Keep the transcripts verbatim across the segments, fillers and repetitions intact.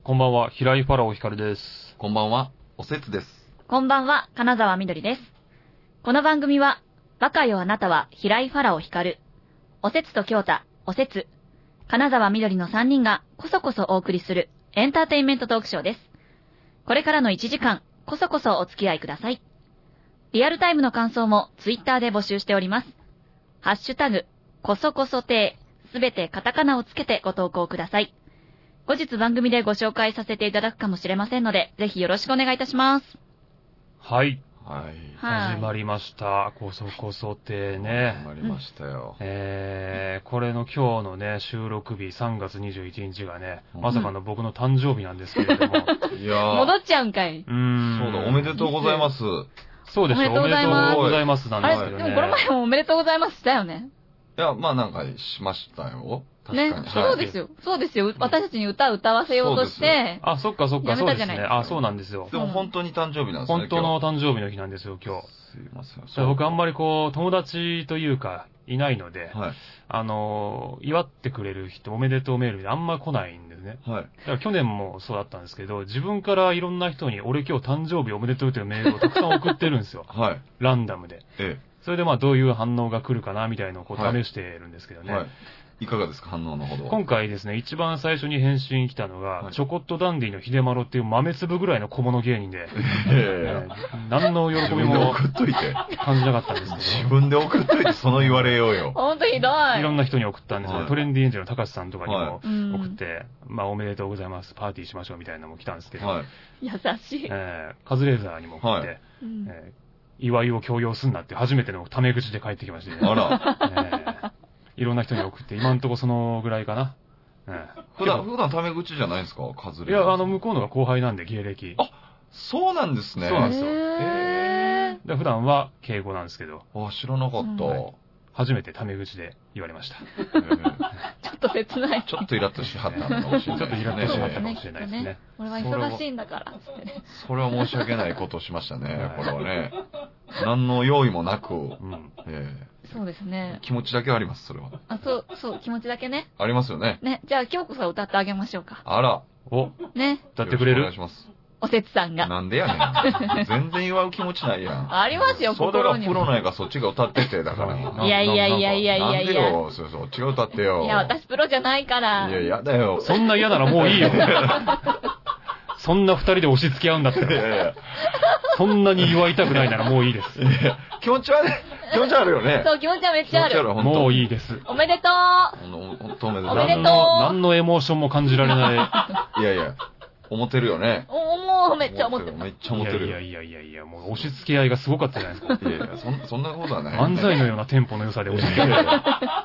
こんばんは、平井ファラオ光です。 こんばんは、おせつです。 こんばんは、金沢みどりです。この番組は、バカよあなたは平井ファラオ光、おせつと京太、おせつ、金沢みどりのさんにんがこそこそお送りするエンターテインメントトークショーです。これからのいちじかん、こそこそお付き合いください。リアルタイムの感想もツイッターで募集しております。ハッシュタグ、こそこそ亭、すべてカタカナをつけてご投稿ください。後日番組でご紹介させていただくかもしれませんので、ぜひよろしくお願いいたします。 はい。 はい。 始まりました。こそこそ亭ね。 始まりましたよ。 えー、これの今日のね、収録日さんがつにじゅういちにちがね、うん、まさかの僕の誕生日なんですけれども。 いやー。 戻っちゃうんかい。 うーん。 そうだ、おめでとうございます。 そうでしょ、おめでとうございます。おめでとうございますなんですけどね。 あれ、でもこの前もおめでとうございますしたよね。 いや、まあなんかしましたよ。確かに。 ね、そうですよ。そうですよ。私たちに歌を歌わせようとして。 あ、そっかそっか、そうですね。あ、そうなんですよ。 でも本当に誕生日なんですね。 本当の誕生日の日なんですよ、今日。 すいません。 僕あんまりこう、友達というか、いないので、 はい、 あの、祝ってくれる人、おめでとうメールであんま来ないんですね。 はい。 だから去年もそうだったんですけど、自分からいろんな人に、俺今日誕生日おめでとうというメールをたくさん送ってるんですよ。 はい。 ランダムで。 ええ。 それでまあどういう反応が来るかなみたいなのをこう試してるんですけどね。 はい。いかがですか、反応のほど。 今回ですね、一番最初に返信来たのが、はい、チョコットダンディの秀丸っていう豆粒ぐらいの小物芸人で、えー、何の喜びも送っといて感じなかったんですけど。 自分で送っといてその言われようよ。 ほんとひどい。 いろんな人に送ったんですけど、はい、トレンディエンジェルの高橋さんとかにも送って、 はい、 まあおめでとうございます、パーティーしましょうみたいなのも来たんですけど、はい、 優しい。 えー、カズレーザーにも送って、はい、えー、祝いを強要すんなって初めてのタメ口で帰ってきましたね。 あら。 えーいろんな人に送って、今んとこそのぐらいかな。 うん、普段、普段タメ口じゃないですか、カズレーザー。 いや、あの、向こうのが後輩なんで、芸歴。 あ、そうなんですね。 そうなんですよ。 へー。で普段は敬語なんですけど。 あ、知らなかった。うん、 初めてタメ口で言われました。 ちょっと切ない。 ちょっとイラッとしはったのかもしれない、ね。 ちょっとイラッとしはったかもしれないですね。 ね俺は忙しいんだから、つってね。 それは申し訳ないことをしましたね、これはね。何の用意もなく、うんえーそうですね。 気持ちだけあります、それは。 あ、そう、そう、気持ちだけね。 ありますよね。 ね、じゃあ今日こそ歌ってあげましょうか。 あら。 お。 ね。 歌ってくれる？ お願いします。 おせつさんが。 なんでやねん。全然祝う気持ちないやん。 ありますよ、 心に。それがプロなんやからそっちが歌ってて、だから。 いやいやいやいやいやいや。 なんでよ、そうそう、違う歌ってよ。 いや、私プロじゃないから。 いや、やだよ。 そんな嫌ならもういいよ。そんな二人で押し付け合うんだったら。いやいやそんなに祝いたくないならもういいです。 気持ちはね、気持ちあるよね。 そう、気持ちはめっちゃある。 もういいです。 おめでとう。 本当おめでとう。 おめでとう。 何のエモーションも感じられない。 いやいや、思ってるよね。 お、もうめっちゃ思ってる。 めっちゃ思ってる。 いやいやいやいや、もう押し付け合いがすごかったじゃないですか。 いやいや、そんそんなことはない。 漫才のようなテンポの良さで押し付け合い。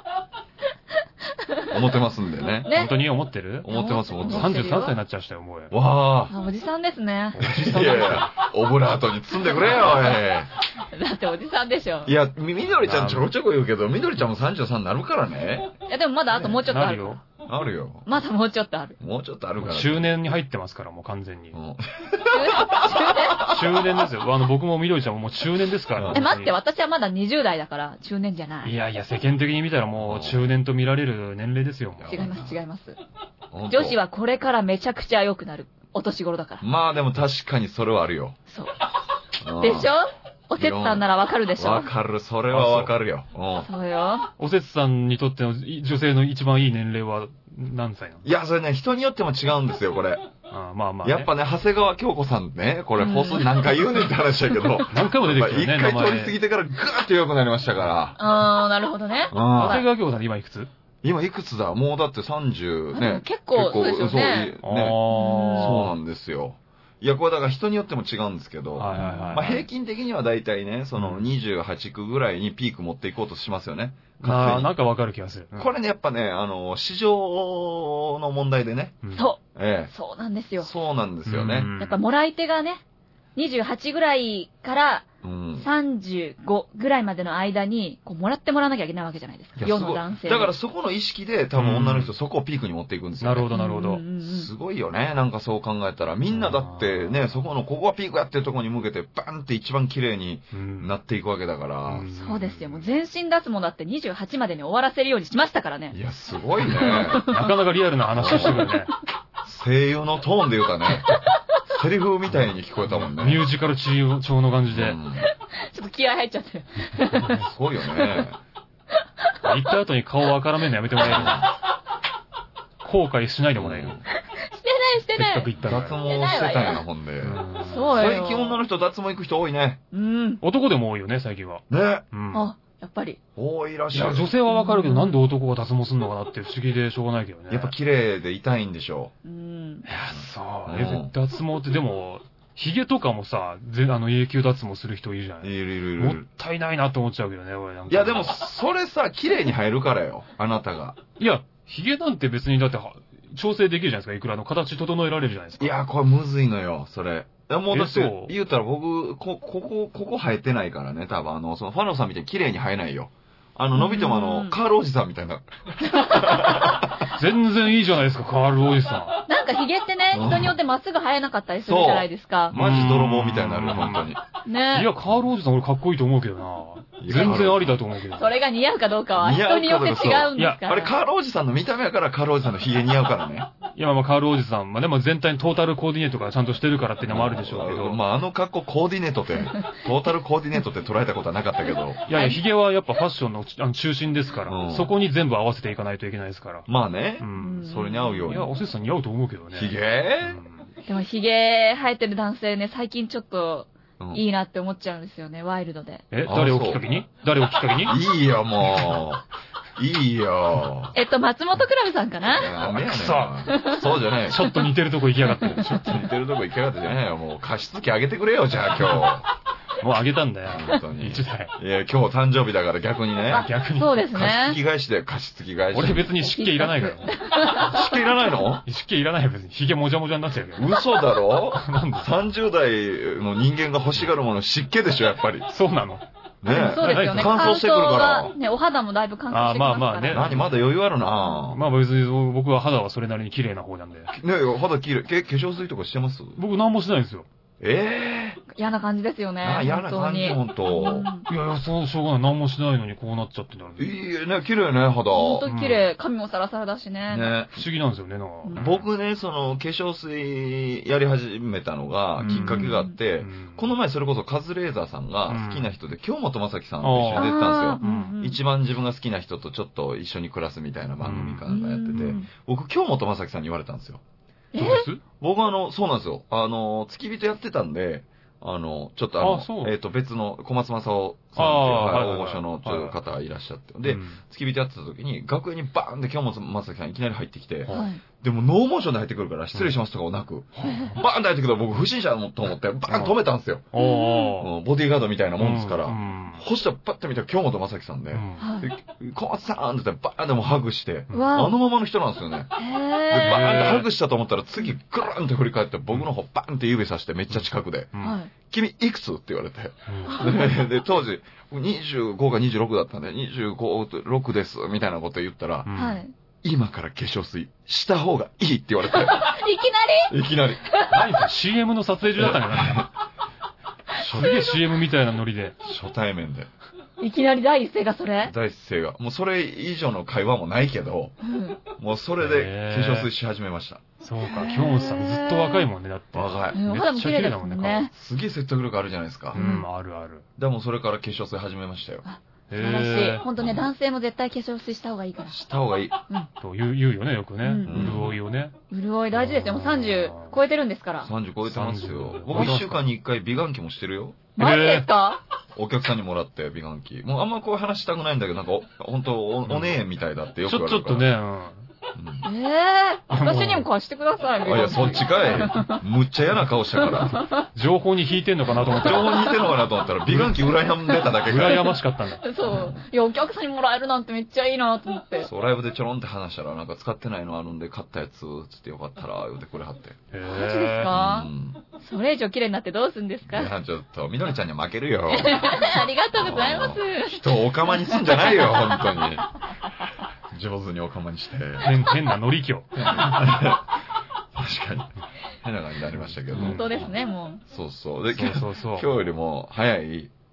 思ってますんでね。 本当に思ってる？ 思ってます、思ってます。 さんじゅうさんさいになっちゃうしたよ、もう。 わあ。おじさんですね。 おじさんいやいや、オブラートに包んでくれよ、おい。 だっておじさんでしょ。 いや、み、みどりちゃんちょろちょこ言うけど、みどりちゃんもさんじゅうさんになるからね。 いや、でもまだあともうちょっとある。 よ。 あるよ。 まだもうちょっとある。 もうちょっとあるから。 中年に入ってますから、もう完全に。 うん、 中年ですよ。あの、僕もみどりちゃんももう中年ですから。 え、待って、私はまだにじゅう代だから中年じゃない。 いやいや、世間的に見たらもう中年と見られる年齢ですよ。 違います、違います。女子はこれからめちゃくちゃ良くなるお年頃だから。 まあでも確かにそれはあるよ。 そう。でしょ？おせつさんならわかるでしょ？ わかる、それはわかるよ。 そうよ。 おせつさんにとっての女性の一番いい年齢は何歳なの？ いや、それね、人によっても違うんですよ、これ。 ああまあまあ、ね。 やっぱね、長谷川京子さんね、これ放送何回言うねんって話だけど。 何回も出てきてるね。 一回通り過ぎてからぐーっと良くなりましたから。 ああ、なるほどね。 長谷川京子さん今いくつ？ 今いくつだ？もうだってさんじゅうね。 結構、そうですよね。 そう、ね。そうなんですよ。いや、これだから人によっても違うんですけど、 はいはいはいはい、 まあ平均的には大体ね、そのにじゅうはち区ぐらいにピーク持っていこうとしますよね。 ああ、なんかわかる気がする。 うん、これね、やっぱね、あの、市場の問題でね。 うん、そう。 ええ。 そうなんですよ。 そうなんですよね。 やっぱもらい手がね、にじゅうはちぐらいからさんじゅうごぐらいまでの間に、こう、もらってもらわなきゃいけないわけじゃないですか。世の男性。 だからそこの意識で多分女の人そこをピークに持っていくんですよ、ね。 なるほど、なるほど。 すごいよね。なんかそう考えたら。みんなだってね、そこの、ここはピークやってるところに向けて、バンって一番綺麗になっていくわけだから。 そうですよ。もう全身脱毛だってにじゅうはちまでに終わらせるようにしましたからね。 いや、すごいね。 なかなかリアルな話をしてくるね。 声優のトーンで言うたね。セリフみたいに聞こえたもんね。 ミュージカル調の感じで。 うん、ちょっと気合入っちゃってる。 すごいよね。 行った後に顔を赤らめるのやめてもらえる後悔しないでもらえる、うん、 してないしてない。 せっかく行ったら。 脱毛してたんやな、ほんで。 そうよ。 最近女の人脱毛行く人多いね。 うん。 男でも多いよね、最近は。 ね。 うん。 あ、やっぱり。 多いらしい。いや、 女性はわかるけど、なんで男が脱毛すんのかなって不思議でしょうがないけどね。 やっぱ綺麗で痛いんでしょう。うん。 いや、そう。え、脱毛ってでも、髭とかもさ、ぜあの永久脱毛する人いるじゃない。 いるいるいる。 もったいないなって思っちゃうけどね、俺なんか。 いや、でも、それさ、綺麗に生えるからよ、あなたが。 いや、髭なんて別にだって、調整できるじゃないですか、いくらの形整えられるじゃないですか。 いや、これむずいのよ、それ。もうだって、言うたら僕、こ、ここ、ここ生えてないからね、多分あの、そのファノさんみたいに綺麗に生えないよ。あの、伸びてもあの、カールおじさんみたいな。 全然いいじゃないですか、カールおじさん。なんかヒゲってね、人によってまっすぐ生えなかったりするじゃないですか。 マジ泥棒みたいになるよ、本当に。 ね。 いや、カールおじさん俺かっこいいと思うけどな。全然ありだと思うけど。 それが似合うかどうかは人によって違うんですから。いや、 あれカールおじさんの見た目やからカールおじさんのヒゲ似合うからね。 いや、まあカールおじさん、まあでも全体にトータルコーディネートがちゃんとしてるからっていうのもあるでしょうけど。 まああの格好コーディネートって、トータルコーディネートって捉えたことはなかったけど。 いやいや、ヒゲはやっぱファッションのあの中心ですから、うん、そこに全部合わせていかないといけないですから。 まあね。うん。それに合うように。 いや、おせつさん似合うと思うけどね。 ヒゲ、 うん、でもヒゲ生えてる男性ね、最近ちょっと、いいなって思っちゃうんですよね、ワイルドで。 え、誰をきっかけに誰をきっかけにいいよ、もう。いいよ。 えっと、松本クラブさんかなダメやねん。そうじゃない。 ちょっと似てるとこ行きやがってる。 ちょっと似てるとこ行きやがってじゃないよ。もう加湿器あげてくれよ、じゃあ今日。 もうあげたんだよ。 本当に。 一台。 いや、今日誕生日だから逆にね。 逆に。 そうですね。 加湿器返しで加湿器返し。 俺別に湿気いらないから。 湿気いらないの？ 湿気いらないよ別に。髭もじゃもじゃになっちゃうけど。 嘘だろ？ なんで ? さんじゅう 代の人間が欲しがるもの湿気でしょ、やっぱり。 そうなの。 ね、そうですよね。 乾燥してくるから。 ね、お肌もだいぶ乾燥してきますから。あ、まあまあね。 何、まだ余裕あるなまあ別に僕は肌はそれなりに綺麗な方なんで。ね肌綺麗。け、化粧水とかしてます？ 僕何もしないんですよ。 ええー。 嫌な感じですよね。 あ、嫌な感じ、ほんと。 いやいや、そう、しょうがない。何もしないのにこうなっちゃってんだろう。 いいね、綺麗ね、肌。 ほんと綺麗。髪もサラサラだしね。 ね。 不思議なんですよね、なんか。僕ね、その、化粧水やり始めたのが、きっかけがあって、この前それこそカズレーザーさんが好きな人で、京本正樹さんと一緒に出てたんですよ。一番自分が好きな人とちょっと一緒に暮らすみたいな番組かなんかやってて、僕、京本正樹さんに言われたんですよ。 どうです？ 僕あの、そうなんですよ。あの、付き人やってたんで、あの、ちょっとあの、えっと、別の小松正夫さんっていう大御所の方がいらっしゃって。で、付き人やってた時に、楽屋にバーンって京本正樹さんいきなり入ってきて、でもノーモーションで入ってくるから失礼しますとかもなく、バーンって入ってくると僕不審者と思ってバーン止めたんですよ。ボディーガードみたいなもんですから。そしたらパッて見たら京本正樹さんで、小松さんって言ってバーンってもハグして、あのままの人なんですよね。で、バーンってハグしたと思ったら次グランって振り返って僕の方バーンって指さしてめっちゃ近くで、君いくつって言われて、で、当時にじゅうごかにじゅうろくだったんで、にじゅうご、ろくですみたいなこと言ったら、今から化粧水した方がいいって言われて。いきなりいきなり。 何それ シーエム の撮影中だったんじゃないのすげえ シーエム みたいなノリで。 初対面で。 いきなり第一声がそれ第一声が。もうそれ以上の会話もないけど、うん、もうそれで化粧水し始めました。 そうか、京本さんずっと若いもんね、だって。 若い。 めっちゃ綺麗だもんね。 すげえ説得力あるじゃないですか。 うん、あるある。 でもそれから化粧水始めましたよ。 素晴らしい。ほんとね、男性も絶対化粧水した方がいいから。 した方がいい。 うん。と言う、言うよね、よくね。潤いをね。 潤い大事ですよ。もうさんじゅう超えてるんですから。 さんじゅう超えてますよ。僕いっしゅうかんにいっかい美顔器もしてるよ。 マジですか？ お客さんにもらって美顔器。もうあんまこう話したくないんだけど、なんか、ほんとお、お姉みたいだってよく言われるから。 ちょ、ちょっとね、うん。 ええー、私にも貸してください。 いや、そっちかい。むっちゃ嫌な顔したから。 情報に引いてんのかなと思って。 情報に引いてんのかなと思ったら、美顔器羨んでただけか。 羨ましかったんだ。 そう。いや、お客さんにもらえるなんてめっちゃいいなと思って。 そう、ライブでちょろんって話したら、なんか使ってないのあるんで買ったやつ、つってよかったら、言うてくれはって。 マジですか？うん。それ以上綺麗になってどうすんですか？ いや、ちょっと、みどりちゃんには負けるよ。 ありがとうございます。 人をおかまにすんじゃないよ、本当に。上手におかまにして。 変、変な乗り気を。 確かに。変な感じになりましたけど。 本当ですね、もう。 そうそう。で、 そうそうそう今日よりも早い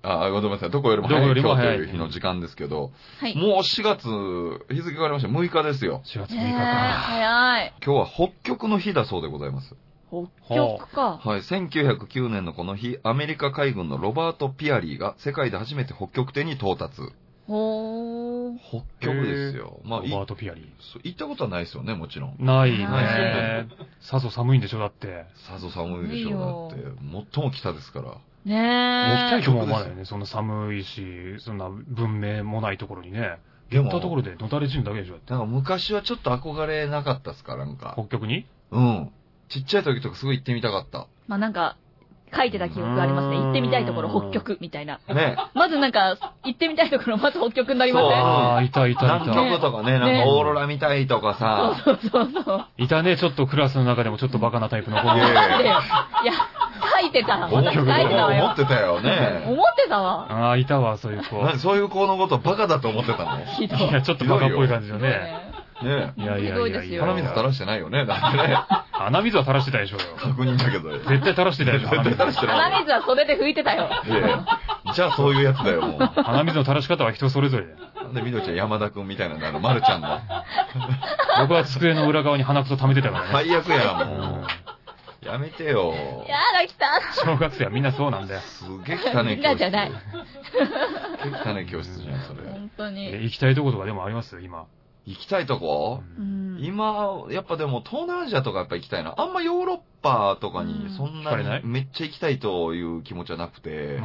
あ、ごめんなさい。どこよりも早い今日という日の時間ですけど、はい、もうしがつ、日付変わりました。むいかですよ。 しがつむいかか。 早い。 今日は北極の日だそうでございます。 北極か。 はい。せんきゅうひゃくきゅうねんのこの日、アメリカ海軍のロバート・ピアリーが世界で初めて北極点に到達。 ほー。 北極ですよ。 まあ、ロバート・ピアリー。 行ったことはないですよね、もちろん。 ないね。さぞ寒いんでしょ、だって。 さぞ寒いでしょ、だって。最も北ですから。 ねえ。 行きたいとも思わないよね。そんな寒いし、そんな文明もないところにね。でも。行ったところで野垂れ死ぬだけでしょ。 なんか昔はちょっと憧れなかったっすか、なんか。 北極に？ うん。ちっちゃい時とかすごい行ってみたかった。 まあなんか、書いてた記憶がありますね。行ってみたいところ、北極、みたいな。 ね。 まずなんか、行ってみたいところ、まず北極になりません？ ああ、いたいたいた。 南極とかね、なんかオーロラ見たいとかさ。 そうそうそう。 いたね、ちょっとクラスの中でもちょっとバカなタイプの子。 いや、書いてた。私書いてたわよ。 思ってたよね。 思ってたわ。 ああ、いたわ、そういう子。 そういう子のことバカだと思ってたの？ ひどい。 いや、ちょっとバカっぽい感じのね。 ねえ。いやいやいやいや。 鼻水垂らしてないよね、だってね。 鼻水は垂らしてたでしょうよ。 確認だけど。 絶対垂らしてたでしょ、 絶対垂らしてない。 鼻水は袖で拭いてたよ。 いやいや。じゃあそういうやつだよ、もう。 鼻水の垂らし方は人それぞれだよ。 なんでみどちゃん山田くんみたいなの、あの、まるちゃんの。 僕は机の裏側に鼻くそ溜めてたからね。 最悪や、もう。やめてよ。 やだ、来た。 小学生はみんなそうなんだよ。 すげえ汚ねえ教室。みんなじゃない。 すげえ汚ねえ教室じゃん、それ。 本当に。 行きたいとことかでもあります今。 行きたいとこ、うん、今、やっぱでも東南アジアとかやっぱ行きたいな。あんまヨーロッパとかにそんなにめっちゃ行きたいという気持ちはなくて、うん、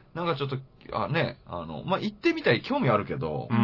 なんかちょっと、あ、ね、あの、まあ、行ってみたい興味あるけど、うん、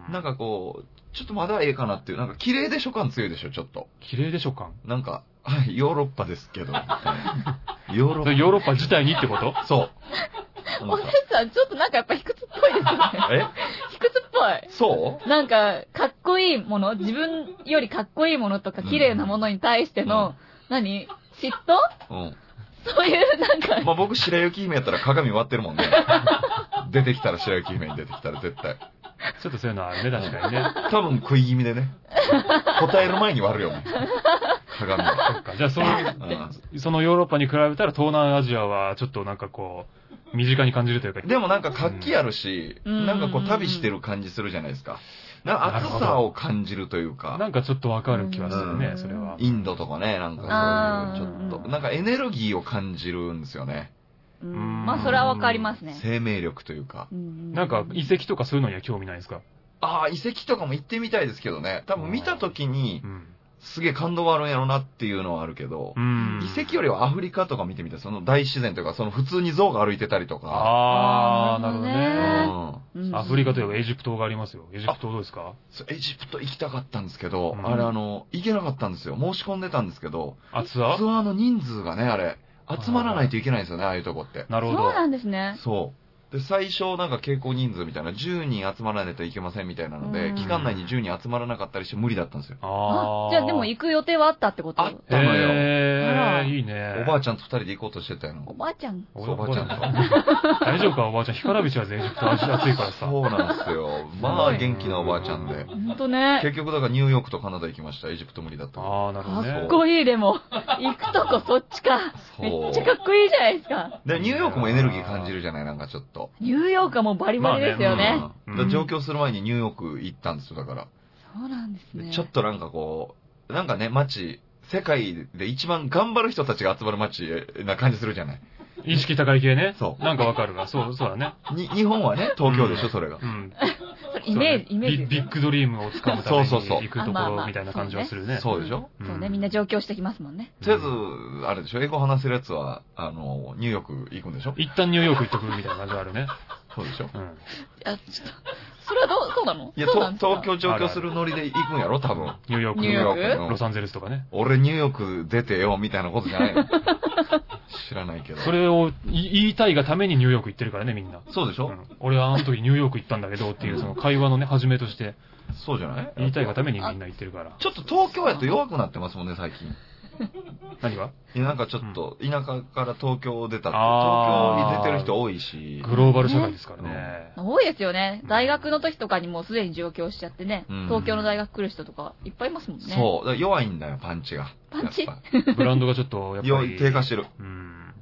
なんかこう、ちょっとまだええかなっていう、なんか綺麗でしょ感強いでしょ、ちょっと。 綺麗でしょ感なんか、はい、ヨーロッパですけど。ヨーロッパ。ヨーロッパ自体にってことそう。 おせさん、ちょっとなんかやっぱ卑屈っぽいですね。え卑屈っぽい。 そうなんか、かっこいいもの、自分よりかっこいいものとか綺麗なものに対しての、うん、何嫉妬うん。そういうなんか。 まあ僕、白雪姫やったら鏡割ってるもんね。出てきたら白雪姫に出てきたら絶対。 ちょっとそういうのあるね、確かにね。 多分食い気味でね。答える前に割るよ。鏡は。 そっか。じゃあそういう、うん、そのヨーロッパに比べたら東南アジアはちょっとなんかこう、身近に感じるというか。 でもなんか活気あるし、うん、なんかこう旅してる感じするじゃないですか。なんか暑さを感じるというか。 なんかちょっとわかる気はするね、 うん、 それは。 インドとかね、なんかそういう、ちょっと、なんかエネルギーを感じるんですよね。 うん、まあそれはわかりますね。 生命力というか。 なんか遺跡とかそういうのには興味ないですか？ ああ、遺跡とかも行ってみたいですけどね。多分見たときに、うんすげえ感動があるんやろなっていうのはあるけど、遺跡よりはアフリカとか見てみて、その大自然というか、その普通に象が歩いてたりとか。 ああ、なるほどね、うん。アフリカといえばエジプトがありますよ。エジプトどうですか？ エジプト行きたかったんですけど、うん、あれあの、行けなかったんですよ。申し込んでたんですけど、 あ、ツアー？ ツアーの人数がね、あれ、集まらないといけないんですよね、ああいうとこって。 なるほど。 そうなんですね。 そう。で、最初なんか傾向人数みたいな、じゅうにん集まらないといけませんみたいなので、期間内にじゅうにん集まらなかったりして無理だったんですよ。 ああ。じゃあでも行く予定はあったってこと？ あったのよ。 へー、いいね。 おばあちゃんと二人で行こうとしてたよ。 おばあちゃんそう、おばあちゃんと。 大丈夫かおばあちゃん。干からびちゃうぜ、エジプト。暑いからさ。 そうなんですよ。まあ元気なおばあちゃんで。 ほんとね。 結局だからニューヨークとカナダ行きました。エジプト無理だった。 ああ、なるほどね。 かっこいいでも。行くとこそっちか。めっちゃかっこいいじゃないですか。 で、ニューヨークもエネルギー感じるじゃないなんかちょっと。 ニューヨークもうバリバリですよね。 まあね、うん、上京する前にニューヨーク行ったんですよ、だから。 そうなんですね。 ちょっとなんかこう、なんかね、街、世界で一番頑張る人たちが集まる街な感じするじゃない。 意識高い系ね。 そう。 なんかわかるわ。そう、そうだね。 に、日本はね、東京でしょ、うん、それが。うん。 イメージ、イメージ。 ビッグドリームをつかむために行くところみたいな感じはするね。 そうでしょ？ そうね、みんな上京してきますもんね。 とりあえず、あれでしょ、英語話せるやつは、あの、ニューヨーク行くんでしょ？ 一旦ニューヨーク行っとくみたいな感じがあるね。 そうでしょ？うん。いや、ちょっと、それはどう、そうなの？ いや、東京上京するノリで行くんやろ、多分。 ニューヨーク。 ニューヨークロサンゼルスとかね。 俺ニューヨーク出てよ、みたいなことじゃないの。知らないけど。 それを言いたいがためにニューヨーク行ってるからね、みんな。 そうでしょ？うん、 俺はあの時ニューヨーク行ったんだけどっていう、その会話のね、始めとして。 そうじゃない？ 言いたいがためにみんな言ってるから。 ちょっと東京やと弱くなってますもんね、最近。 何が？ いや、なんかちょっと、田舎から東京出たって、東京に出てる人多いし。 グローバル社会ですからね。 多いですよね。大学の時とかにもうすでに上京しちゃってね、うん、東京の大学来る人とかいっぱいいますもんね。 そう。だから弱いんだよ、パンチが。 パンチブランドがちょっと、やっぱり。 低下してる。 うん。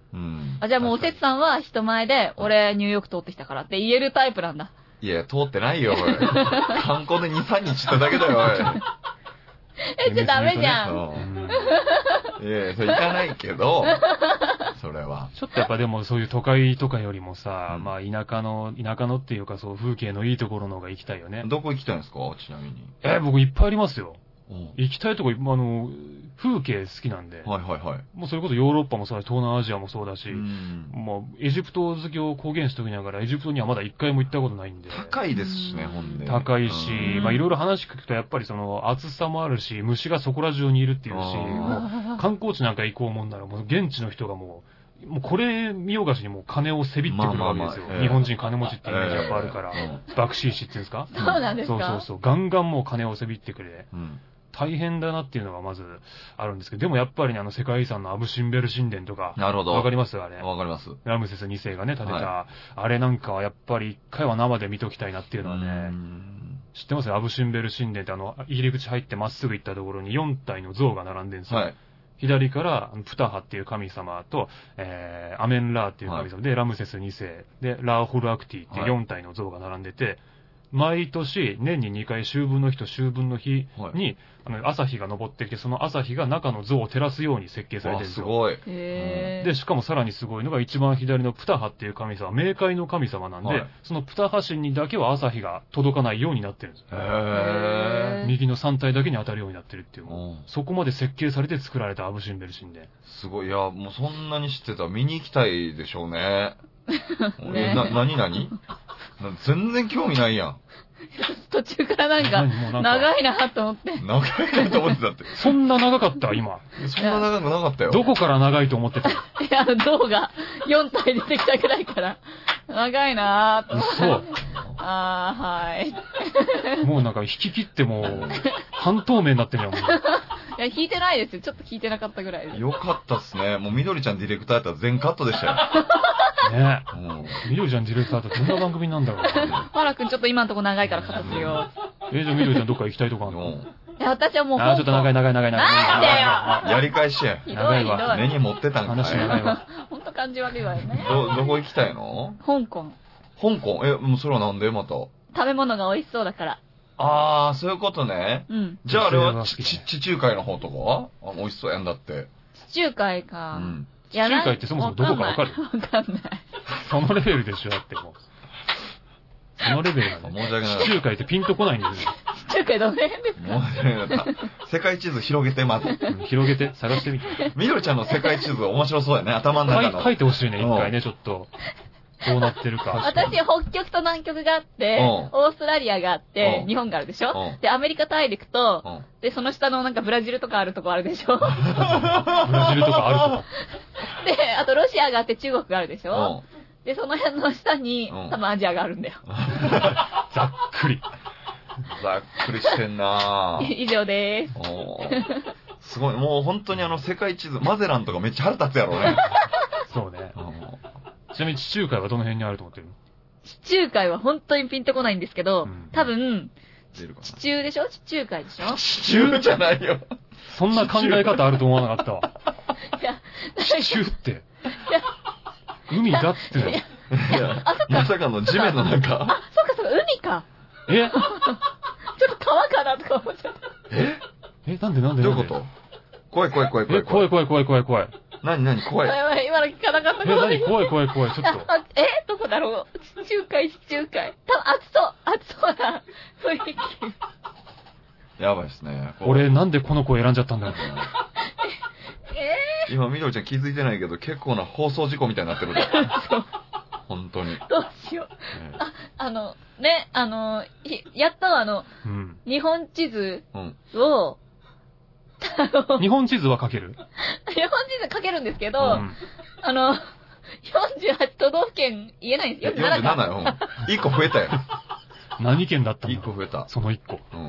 うん。 あ、じゃあもうおせつさんは人前で、俺ニューヨーク通ってきたからって言えるタイプなんだ。 いや、通ってないよ、おい。観光でに、さんにち行っただけだよ、おい。 え、じゃダメじゃん。 いやいや、それ行かないけど、それは。 ちょっとやっぱでもそういう都会とかよりもさ、うん、まあ田舎の、田舎のっていうかそう風景のいいところの方が行きたいよね。 どこ行きたいんですかちなみに。 え、僕いっぱいありますよ。行きたいとこ、あの、風景好きなんで。 はいはいはい。 もうそれこそヨーロッパもそうだし、東南アジアもそうだし、もうエジプト好きを公言しときながら、エジプトにはまだ一回も行ったことないんで。 高いですしね、ほんで。 高いし、まあいろいろ話聞くとやっぱりその暑さもあるし、虫がそこら中にいるっていうし、もう観光地なんか行こうもんなら、もう現地の人がもう、もうこれ見よがしにもう金をせびってくるわけですよ。まあまあまあえー、日本人金持ちってイメージやっぱあるから、えー、バクシーシっていうんですか？ そうなんですか？ そうそうそう。ガンガンもう金をせびってくれ。 うん大変だなっていうのがまずあるんですけど、でもやっぱりね、あの世界遺産のアブシンベル神殿とか。 なるほど。 わかりますあれ。 わかります。 ラムセスにせいがね、建てた、 はい、 あれなんかはやっぱり一回は生で見ときたいなっていうのはね、知ってますよアブシンベル神殿ってあの、入り口入ってまっすぐ行ったところによん体の像が並んでるんですよ。はい、左から、プタハっていう神様と、えー、アメンラーっていう神様で、はい、ラムセスにせいで、ラーホルアクティっていうよん体の像が並んでて、毎年、年ににかい、秋分の日と秋分の日に、はい、あの朝日が昇ってきて、その朝日が中の像を照らすように設計されてるんですよ。 すごい。 へで、しかもさらにすごいのが、一番左のプタハっていう神様、冥界の神様なんで、はい、そのプタハ神にだけは朝日が届かないようになってるんですよ。 へー。 右のさん体だけに当たるようになってるっていう、もうそこまで設計されて作られたアブシンベル神殿。 すごい。いや、もうそんなに知ってたら見に行きたいでしょうね。ねな、なになに全然興味ないやん。 途中からなんか、長いなと思って。 長いなと思ってたって。 そんな長かった今。 そんな長くなかったよ。 どこから長いと思ってた？ いや、あの、銅がよん体出てきたぐらいから、長いなぁと。 そう。 あー、はい。 もうなんか引き切ってもう、半透明になってるよ、もう。 いや、引いてないですよ。ちょっと引いてなかったぐらいです。 よかったっすね。もうみどりちゃんディレクターやったら全カットでしたよ。 ねえ。みどりちゃんディレクターってどんな番組なんだろう。 パラ君ちょっと今のとこ長いからカットするよ。 え、じゃあみどりちゃんどっか行きたいとこあるの？ いや、私はもう。 あ、ちょっと長い長い長い長い。 なんでよやり返しや。 長いわ。 根に持ってたんかい。 話長いわ。 ほんと感じ悪いわよね。 ど、どこ行きたいの？ 香港。 香港え、もうそれはなんでまた？ 食べ物が美味しそうだから。 あー、そういうことね。 うん。 じゃああれは、ち、地中海の方とかはあ、美味しそうやんだって。 地中海か。 うん。 地中海ってそもそもどこかわかる？ わかんない。 そのレベルでしょ、だってもう。そのレベルなんで。申し訳ない。 地中海ってピンとこないんですよ。 地中海どの辺ですか？ 申し訳なかった。世界地図広げて、まず。 うん、広げて、探してみて。 みどりちゃんの世界地図面白そうやね、頭の中の。 書いてほしいね、一回ね、ちょっと。どうなってるか。 私、北極と南極があって、オーストラリアがあって、日本があるでしょ？で、アメリカ大陸と、で、その下のなんかブラジルとかあるとこあるでしょ？ブラジルとかあるとこ。 で、あとロシアがあって中国があるでしょ？で、その辺の下に、多分アジアがあるんだよ。 ざっくり。 ざっくりしてんなぁ。 以上でーす。すごい、もう本当にあの世界地図、マゼランとかめっちゃ腹立つやろうね。 そうね。ちなみに地中海はどの辺にあると思ってるの？ 地中海は本当にピンとこないんですけど、うん、多分、地中でしょ？地中海でしょ？ 地中じゃないよ。 そんな考え方あると思わなかったわ。 いや、 地中って。いや、海だっつってた。いや、 まさかの地面の中。 あ、そうかそうか、海か。 えちょっと川かなとか思っちゃった。 ええ、なんでなんでどういうこと？怖い怖い怖い怖い。 え、怖い怖い怖い怖い怖い。 なになに怖い。 今の聞かなかったから。え、なに怖い怖い怖い。ちょっと。 え、どこだろう？地中海、地中海。多分暑そう。暑そうな雰囲気。やばいっすね。 俺なんでこの子選んじゃったんだろう。 えー、 今、みどりちゃん気づいてないけど、結構な放送事故みたいになってる。 そう。 本当に。 どうしよう。ね、あ、あの、ね、あの、やっとあの、うん、日本地図を、うん日本地図は書ける？ 日本地図書けるんですけど、うん、あの、よんじゅうはち都道府県言えないんですよ。 よんじゅうななよ。いっこ増えたよ。 何県だったの？ いっ 個増えた。 そのいっこ。 うん。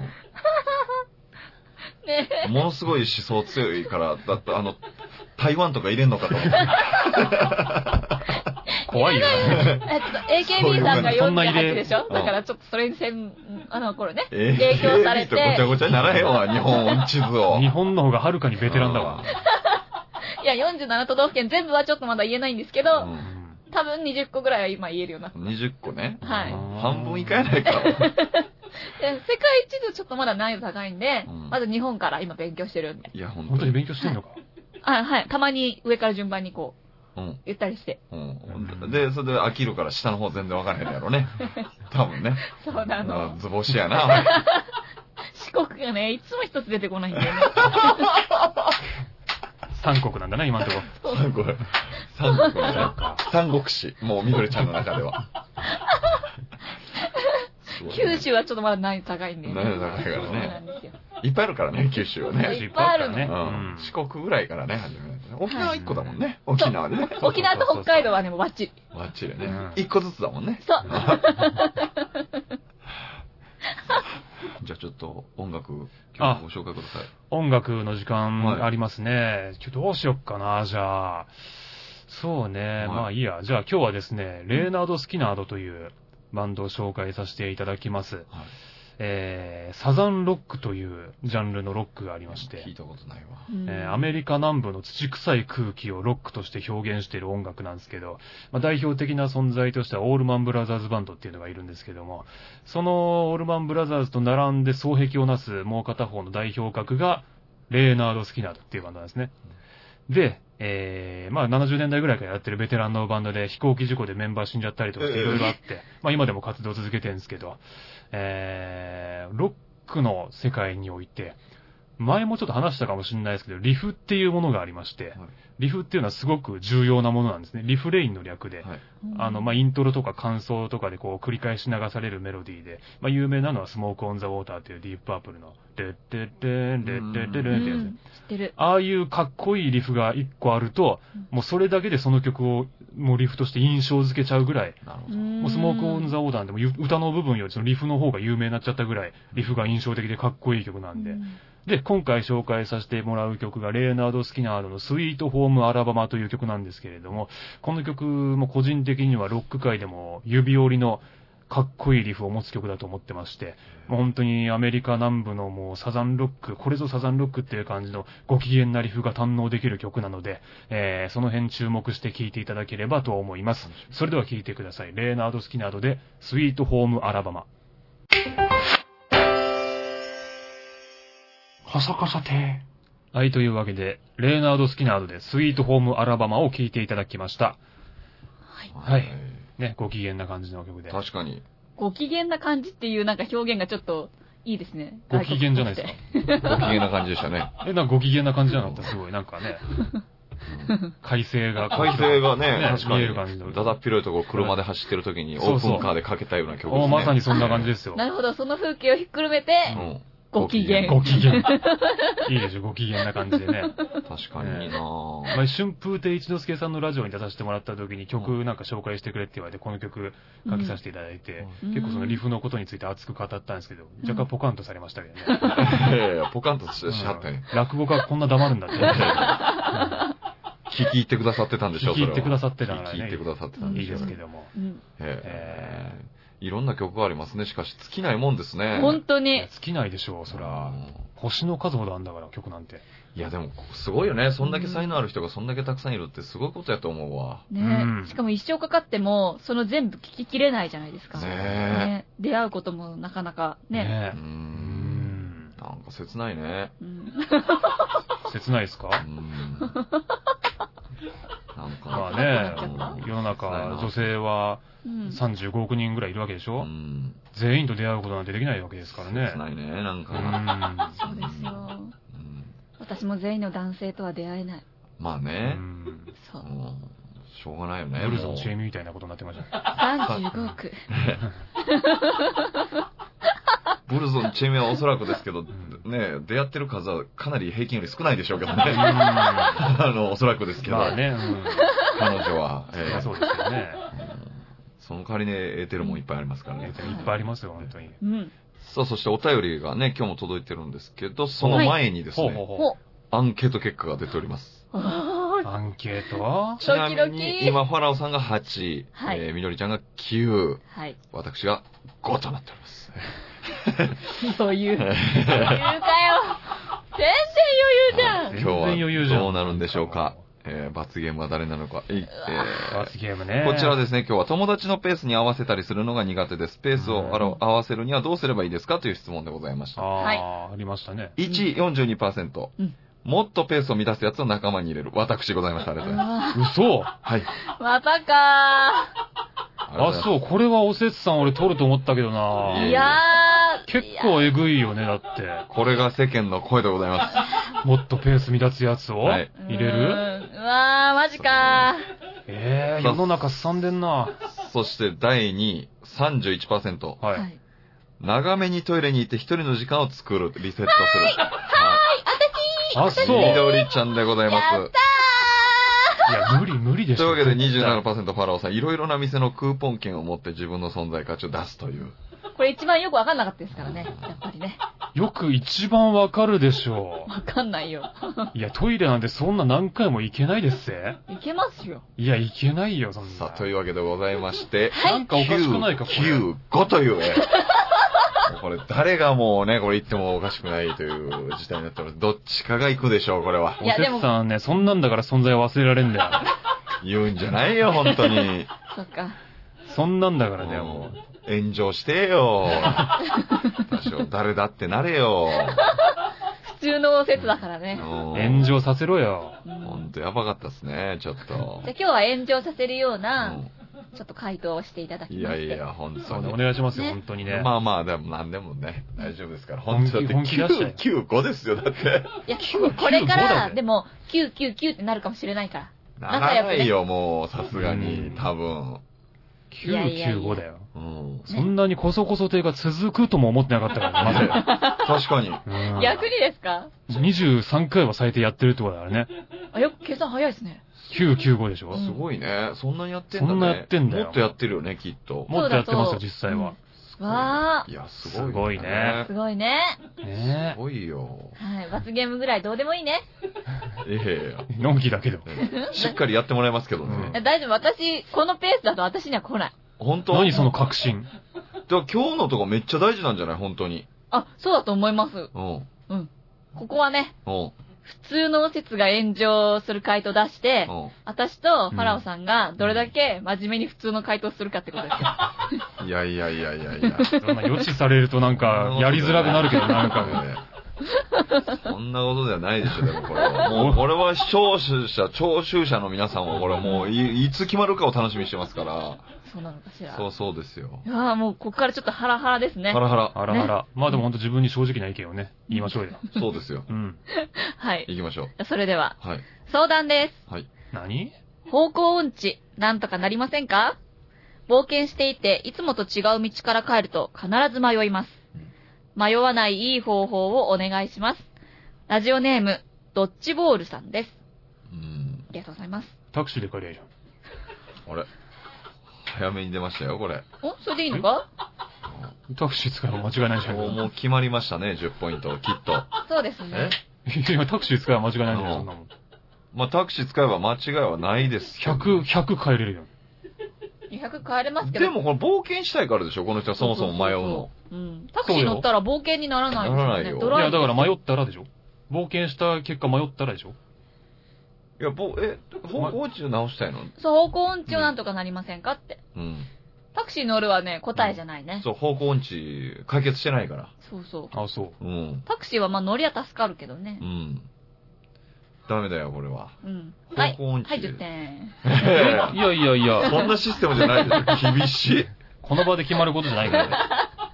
ねえ。 ものすごい思想強いから、だってあの、台湾とか入れんのかと思って。 怖いよね。 えっと、エーケービー さんがよんじゅうはちでしょ？だからちょっとそれにせん、あの頃ね、影響されて。 ごちゃごちゃにならへんわ、日本地図を。 日本の方がはるかにベテランだわ。 いや、よんじゅうなな都道府県全部はちょっとまだ言えないんですけど、 うん多分にじゅっこぐらいは今言えるようになった。 にじゅっこね。 はい。 半分いかやないか。 世界地図ちょっとまだ難易度高いんで、うん、まず日本から今勉強してるんで。 いや、本当に勉強してんのか。 あ、はい。たまに上から順番にこう、うん、言ったりして。 うん。で、それで飽きるから下の方全然わからへんやろね。多分ね。 そうなの。 図星やな。 四国がね、いつも一つ出てこないんだよね。 三国なんだな、今のところ。 三国。三国ね。三国志。もう、みどりちゃんの中では。 九州はちょっとまだ難易度高いんで、ね。 難易度高いからね。いっぱいあるからね、九州はね。 いっぱいあるね。 うん。四国ぐらいからね、始めないとね。沖縄一個だもんね。沖縄でね。 沖縄と北海道はね、もうバッチリ。 バッチリね。一個ずつだもんね。 そう。 じゃあちょっと音楽、今日ご紹介ください。 音楽の時間ありますね。はい、ちょっとどうしよっかな、じゃあ。そうね、はい、まあいいや。じゃあ今日はですね、レーナード・スキナードというバンドを紹介させていただきます。はい、えー、サザンロックというジャンルのロックがありまして。 聞いたことないわ。 えー、アメリカ南部の土臭い空気をロックとして表現している音楽なんですけど、まあ、代表的な存在としてはオールマンブラザーズバンドっていうのがいるんですけども、そのオールマンブラザーズと並んで双璧をなすもう片方の代表格がレーナード・スキナードっていうバンドなんですね。で、えー、まあななじゅうねんだいぐらいからやってるベテランのバンドで飛行機事故でメンバー死んじゃったりとかしていろいろあって、まあ今でも活動を続けてるんですけど、えー、ロックの世界において、前もちょっと話したかもしれないですけど、リフっていうものがありまして、はい、リフっていうのはすごく重要なものなんですね。リフレインの略で、はい、あの、まあ、イントロとか感想とかでこう繰り返し流されるメロディーで、まあ、有名なのはスモークオンザウォーターっていうディープパープルの、デッデッデン、デッデッデンってやつ。知ってる。ああいうかっこいいリフが一個あると、もうそれだけでその曲をもうリフとして印象付けちゃうぐらい、なるほど。もうスモークオンザウォーターでも歌の部分よりそのリフの方が有名になっちゃったぐらい、リフが印象的でかっこいい曲なんで、で、今回紹介させてもらう曲が、レーナード・スキナードのスイート・ホーム・アラバマという曲なんですけれども、この曲も個人的にはロック界でも指折りのかっこいいリフを持つ曲だと思ってまして、もう本当にアメリカ南部のもうサザンロック、これぞサザンロックっていう感じのご機嫌なリフが堪能できる曲なので、えー、その辺注目して聴いていただければと思います。それでは聴いてください。レーナード・スキナードでスイート・ホーム・アラバマ。カサカサてはい、というわけで、レーナード・スキナードでスイート・ホーム・アラバマを聴いていただきました。はい。はい。ね、ご機嫌な感じの曲で。 確かに。 ご機嫌な感じっていうなんか表現がちょっといいですね。 ご機嫌じゃないですか。ご機嫌な感じでしたね。 え、なんかご機嫌な感じじゃなかったすごい、なんかね。快晴が。 快晴がね、 ね確かに。見える感じの。 だだっ広いところ車で走ってる時にオープンカーでかけたような曲ですね。 まさにそんな感じですよ。 なるほど、その風景をひっくるめて、うんご機嫌。 ご機嫌。いいでしょ、ご機嫌な感じでね。 確かにいいなぁ。 前、春風亭一之輔さんのラジオに出させてもらった時に曲なんか紹介してくれって言われて、この曲書きさせていただいて、うん、結構そのリフのことについて熱く語ったんですけど、若干ポカンとされましたけどね。 いやいや、ポカンとしはったね、 うん。落語家こんな黙るんだって。うん、 聞き入ってくださってたんでしょう、 聞き入ってくださってたからね。 聞き入ってくださってたんでしょう。 いいですけども。うん、 へーいろんな曲がありますね。しかし、尽きないもんですね。 本当に。 尽きないでしょう、そら。星の数ほどあんだから、曲なんて。 いや、でも、すごいよね。そんだけ才能ある人がそんだけたくさんいるってすごいことやと思うわ。 ね、うん、しかも一生かかっても、その全部聞ききれないじゃないですか。ねね出会うこともなかなかね。ねうーん。なんか切ないね。うん、 切ないですかうんなんかまあね、世の中、女性はさんじゅうごおくにんぐらいいるわけでしょ、うん、全員と出会うことなんてできないわけですからね。 切ないね、なんか。 うんそうですよ、うん。私も全員の男性とは出会えない。 まあね。うん、そう。しょうがないよね。 ブルゾンチェミみたいなことになってました。 さんじゅうごおく。 ブルゾンチェミはおそらくですけど、ね、出会ってる数はかなり平均より少ないでしょうけどね。あの、おそらくですけど。 まあね、うん、 彼女は。 えー、そうですよね、 うん。その代わりね、得てるもんいっぱいありますからね。 いっぱいありますよ、本当に。 うん、 さあ、そしてお便りがね、今日も届いてるんですけど、その前にですね、はい、ほうほうほうアンケート結果が出ております。 アンケートちなみに、今、ファラオさんがはち、はい、えー、みどりちゃんがきゅう、はい、私がごとなっております。 余裕。余裕かよ。全然余裕じゃん。 今日はどうなるんでしょうか。 えー、罰ゲームは誰なのか。えー、 罰ゲームね。 こちらですね、今日は友達のペースに合わせたりするのが苦手です。ペースを合わせるにはどうすればいいですかという質問でございました。 ああ、ありましたね。 いち、よんじゅうにパーセント。うん、もっとペースを乱すやつを仲間に入れる。私ございました。ありがとうございます。 嘘。 はい。 またかー。あ、そう。これはおせつさん俺取ると思ったけどな。 いやー。結構えぐいよね、だって。 これが世間の声でございます。 もっとペース乱すやつを、はい、入れる。 うわー、マジかー。 えー、世の中すさんでんな。 そしてだいにい、さんじゅういちパーセント。 はい。 長めにトイレに行って一人の時間を作る。リセットする。 はい、はい、 あ、そう。 みどりちゃんでございます。 やったー。いや、無理無理でしょ。 というわけで にじゅうななパーセント ファラオさん、いろいろな店のクーポン券を持って自分の存在価値を出すという。 これ一番よくわかんなかったですからね。やっぱりね。 よく一番わかるでしょう。わかんないよ。 いや、トイレなんてそんな何回も行けないですぜ。 行けますよ。 いや、行けないよ、そんな。 さあ、というわけでございまして。 はい、なんかおかしくないか、これ。 きゅう、ごというね。これ、誰がもうね、これ言ってもおかしくないという事態になってます。どっちかが行くでしょう、これは。 いや、でも。おせつさんね、そんなんだから存在忘れられんだよ。 言うんじゃないよ、本当に。 そっか。 そんなんだからね、もう。 炎上してよ。誰だってなれよ。 普通の説だからね。 炎上させろよ。 ほんとやばかったっすね、ちょっと。 じゃあ今日は炎上させるような、うん、ちょっと回答をしていただきまして。 いやいや、ほんとに。 お願いしますよ、ね、本当にね。 まあまあ、でも何でもね、大丈夫ですから。本当に。 本気出しちゃう。 きゅう、ごですよ、だって。 いや、これから、でも、きゅう、きゅう、きゅうってなるかもしれないから。 ならないよ、もう、さすがに、多分。 きゅうきゅうごだよ。うん、そんなにこそこそ亭が続くとも思ってなかったからね、 まず。確かに。 うん、逆にですか ? にじゅうさんかいは最低やってるってことだからね。 あ、よく計算早いですね。 きゅうきゅうごでしょ、うん、 すごいね。そんなにやってんだね。 そんなやってんだよ。 もっとやってるよね、きっと。 もっとやってますよ、実際は。 うん、わー。いや、すごい、ね。 すごいね。 すごいね。 ねすごいよ。 はい。罰ゲームぐらいどうでもいいね。 ええー。のんきだけど。 しっかりやってもらいますけどね。 うん、大丈夫。私、このペースだと私には来ない。 本当？ 何その確信。 だから今日のとこめっちゃ大事なんじゃない本当に。 あ、そうだと思います。 うん。 うん。ここはね、 うん。 普通の説が炎上する回答出して、うん、私とファラオさんがどれだけ真面目に普通の回答するかってことですよ。 いやいやいやいやいや。 そんな予知されるとなんか、やりづらくなるけど、なんかね。 そんなことではないでしょ、でもこれは。もう、これは視聴者、聴衆者の皆さんは、これもうい、いつ決まるかを楽しみにしてますから。 そうなのかしら。 そうそうですよ。 いやもう、ここからちょっとハラハラですね。 ハラハラ。 ハラハラ。ね、まあでも本当自分に正直な意見をね、言いましょうよ。 そうですよ。 うん。 はい。 行きましょう。 それでは。 はい。 相談です。 はい。 何？ 方向音痴、なんとかなりませんか？冒険していて、いつもと違う道から帰ると必ず迷います。迷わないいい方法をお願いします。ラジオネーム、ドッジボールさんです。 うん。 ありがとうございます。 タクシーで帰りゃいいじゃん。あれ早めに出ましたよ、これ。 おそれでいいのか？ タクシー使えば間違いないじゃん。 もう、もう決まりましたね、じゅっポイント、きっと。 そうですね。 え今タクシー使えば間違いないじゃん、そんなもん。 まあ、タクシー使えば間違いはないです。 ひゃく、ひゃく帰れるよ。 ひゃく帰れますけど。 でもこれ冒険したいからでしょこの人はそもそも迷うの。そうそうそううん。タクシー乗ったら冒険にならないですよね。 ならないよ。 いや、だから迷ったらでしょ冒険した結果迷ったらでしょいや、ぼ、え、方向音痴を直したいの？ そう、方向音痴をなんとかなりませんかって。 うん。 タクシー乗るはね、答えじゃないね。うん、 そう、方向音痴解決してないから。 そうそう。 あ、そう。 うん。 タクシーはまあ乗りは助かるけどね。 うん。ダメだよ、これは。 うん。 方向音痴。 はい、はい、じゅってん。 いやいやいや。 そんなシステムじゃないですよ。厳しい。 この場で決まることじゃないからね。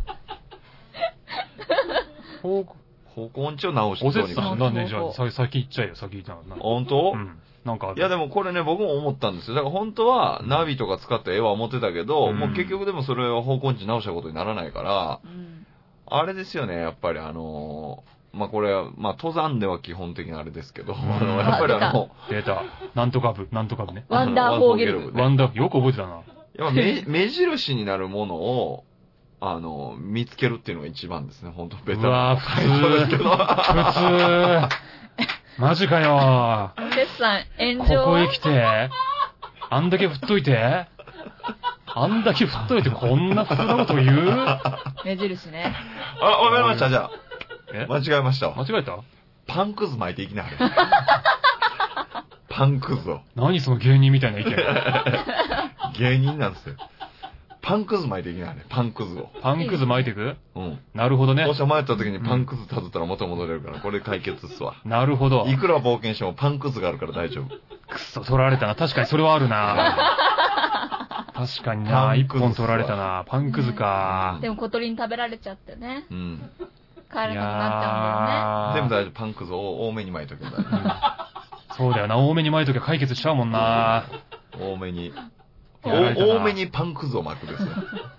方向、方向音痴を直しておせつさん、なんでじゃあ、先行っちゃえよ、先行っちゃう。 本当？ うん。なんかいやでもこれね、僕も思ったんですよ。だから本当はナビとか使った絵は思ってたけど、うん、もう結局でもそれを方向音痴直したことにならないから、うん、あれですよね、やっぱりあのー、まあ、これは、まあ、登山では基本的なあれですけど、うん、あの、やっぱりあの、 データ、なんとか部、なんとか部ね。 ワンダーフォーゲル部。 ワンダー、よく覚えてたな。 やっぱ目、目印になるものを、あの、見つけるっていうのが一番ですね、本当ベタな。 うわぁ、普通。普通。マジかよー。テスさん、炎上。 ここへ来て、あんだけ振っといて、あんだけ振っといてこんな普通なこと言う？ 目印ね。 あ、わかりました、じゃあ。 え間違えましたわ。 間違えた？ パンくず巻いていきな、あれ。 パンくずを。 何その芸人みたいな意見。 芸人なんですよ。パンくず巻いていきなね、パンくずを。 パンくず巻いていく？ うん。 なるほどね。 もし迷った時にパンくずたどったら元戻れるから、これ解決っすわ。 なるほど。 いくら冒険してもパンくずがあるから大丈夫。 くっそ、取られたな。確かにそれはあるな。確かにな。一本取られたな。パンくずか。 でも小鳥に食べられちゃってね。 うん。 帰れなくなっちゃうんだよね。 でも大丈夫、パンくずを多めに巻いとけば大丈夫。そうだよな。多めに巻いとけば解決しちゃうもんな。 多めに。多めにパンくずを巻くですよ。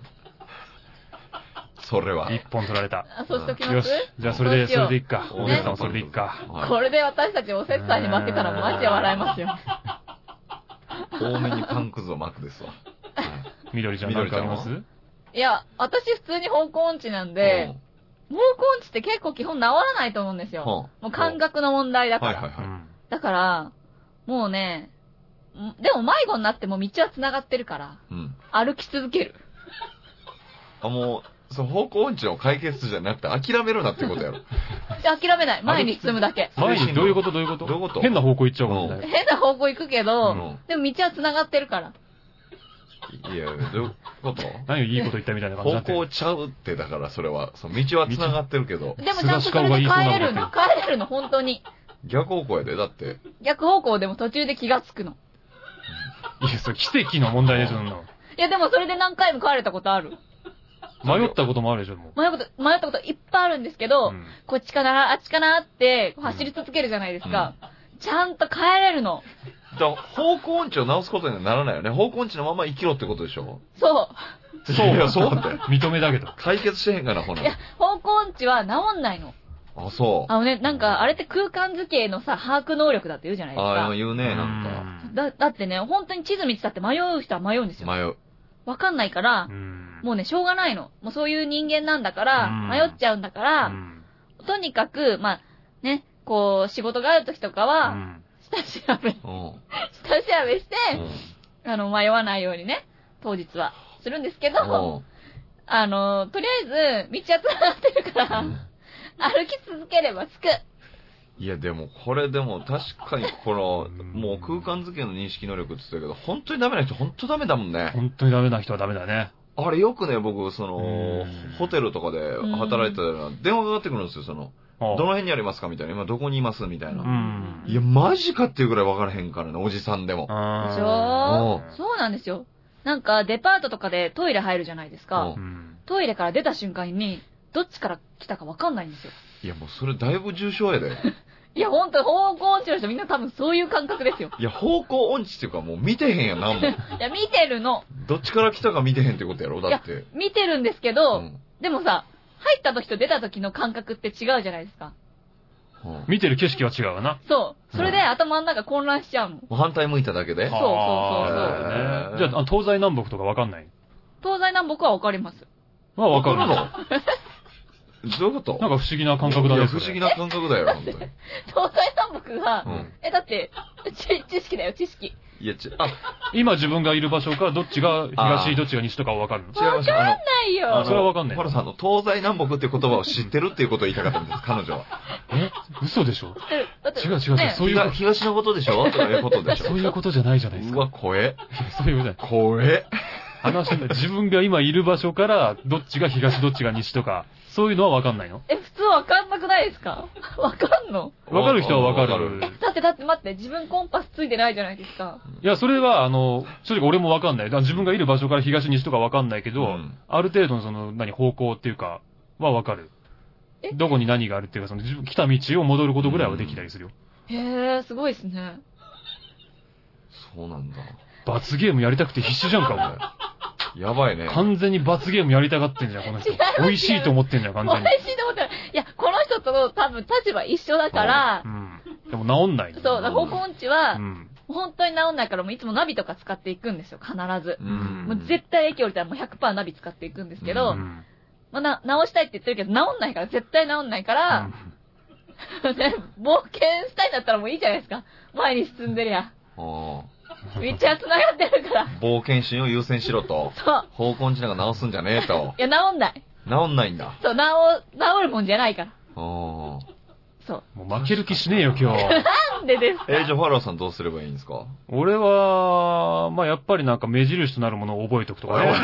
それは。 一本取られた。 あ、そうしときます？ よし。じゃあそれで、それでいっか。おせつさんもそれでいっか。 これで私たちおせつさんに負けたらマジで笑いますよ。 多めにパンくずを巻くですわ。 みどりちゃん何かあります？ いや、私普通に方向音痴なんで、方向音痴って結構基本治らないと思うんですよ。もう感覚の問題だから。はいはいはい。だから、もうね、でも迷子になっても道は繋がってるから、うん、歩き続ける。 あ、もう、そう、方向音痴の解決じゃなくて諦めるなってことやろ。 諦めない。前に進むだけ。 前にどういうことどういうことどういうこと変な方向行っちゃうもんね。 変な方向行くけど、うん、でも道は繋がってるから。 いや、どういうこと何をいいこと言ったみたいな感じ方向ちゃうって、だからそれは、その道は繋がってるけど。 でもちゃんとそれで帰れるの。帰れるの、本当に。 逆方向やで、だって。 逆方向でも途中で気がつくの。 いや、それ奇跡の問題でしょ、そんなの。 いや、でもそれで何回も帰れたことある。 迷ったこともあるでしょ、もう。 迷ったこと、迷ったこといっぱいあるんですけど、うん、こっちかな、あっちかなって走り続けるじゃないですか。うん、ちゃんと帰れるの。 だ方向音痴を直すことにはならないよね。方向音痴のまま生きろってことでしょ？ そう。 そう。いや、そうだよ。 認めだけど。 解決してへんかな、ほな。 いや、方向音痴は治んないの。 あ、そう。 あのね、なんか、あれって空間図形のさ、把握能力だって言うじゃないですか。 あ、言うね、なんか。だ、だってね、本当に地図見てたって迷う人は迷うんですよ。 迷う。 わかんないから、もうね、しょうがないの。もうそういう人間なんだから、迷っちゃうんだから、とにかく、まあ、ね、こう、仕事がある時とかは、下調べ、下調べして、あの、迷わないようにね、当日は、するんですけど、あの、とりあえず、道は繋がってるから、歩き続ければ着く。 いや、でも、これでも、確かに、この、もう空間付けの認識能力って言ってたけど、本当にダメな人、本当ダメだもんね。 本当にダメな人はダメだね。 あれ、よくね、僕、その、ホテルとかで働いてたら、電話がかかってくるんですよ、その、どの辺にありますかみたいな、今どこにいますみたいな。いや、マジかっていうぐらい分からへんからね、おじさんでも。でしょ？そうなんですよ。なんか、デパートとかでトイレ入るじゃないですか。トイレから出た瞬間に、どっちから来たか分かんないんですよ。 いや、もうそれだいぶ重症やで。 いや、ほんと、方向音痴の人みんな多分そういう感覚ですよ。 いや、方向音痴っていうかもう見てへんやん、なんも。いや、見てるの。 どっちから来たか見てへんってことやろ、だって。いや、 見てるんですけど、うん、でもさ、入った時と出た時の感覚って違うじゃないですか。 うん、見てる景色は違うわな。 そう。それで頭の中混乱しちゃうの。 うん、反対向いただけで？ そうそうそうそう。 じゃあ、東西南北とかわかんない？ 東西南北はわかります。 まあわかるのどういうこと？ なんか不思議な感覚だね。 不思議な感覚だよ、本当に。 東西南北が、うん、え、だって、知識だよ、知識。 いや、ち、あ、 今自分がいる場所か、どっちが東、どっちが西とかはわかるの？ 違います。わかんないよ。 それはわかんない。 原さんの東西南北っていう言葉を知ってるっていうことを言いたかったんです、彼女は。 え？嘘でしょ？違う違う違う、 ね、そういう。東のことでしょとかいうことでしょ？ そういうことじゃないじゃないですか。 うわ、怖え。 そういうことじゃない。 怖え。 話してんだ。自分が今いる場所から、どっちが東、どっちが西とか、そういうのはわかんないの？ え、普通わかんなくないですか？わかんの？ わかる人はわかる。 だってだって待って、自分コンパスついてないじゃないですか。 いや、それは、あの、正直俺もわかんない。だから自分がいる場所から東、西とかわかんないけど、うん、ある程度のその、何、方向っていうか、はわかる。え？どこに何があるっていうか、その、自分来た道を戻ることぐらいはできたりするよ。 うん、へー、すごいですね。 そうなんだ。 罰ゲームやりたくて必死じゃんか、お前。 やばいね。 完全に罰ゲームやりたがってんじゃん、この人。美味しいと思ってんじゃん、完全に。 美味しいと思ってる。いや、この人との多分立場一緒だから。 うん。でも治んない。 そう、方向音痴は、うん、本当に治んないからもういつもナビとか使っていくんですよ、必ず。うん。もう絶対駅降りたらもう ひゃくパーセント ナビ使っていくんですけど、うん、まあ、な、直したいって言ってるけど、治んないから、絶対治んないから、うん、ね、冒険したいんだったらもういいじゃないですか。前に進んでりゃ。めっちゃ繋がってるから。 冒険心を優先しろと。 そう。 方向音痴なんか直すんじゃねえと。 いや、治んない。 治んないんだ。 そう、治、治るもんじゃないから。 そう。 もう負ける気しねえよ、今日。 なんでですか？ えー、じゃあファラーさんどうすればいいんですか？ 俺は、まあやっぱりなんか目印となるものを覚えておくとかね。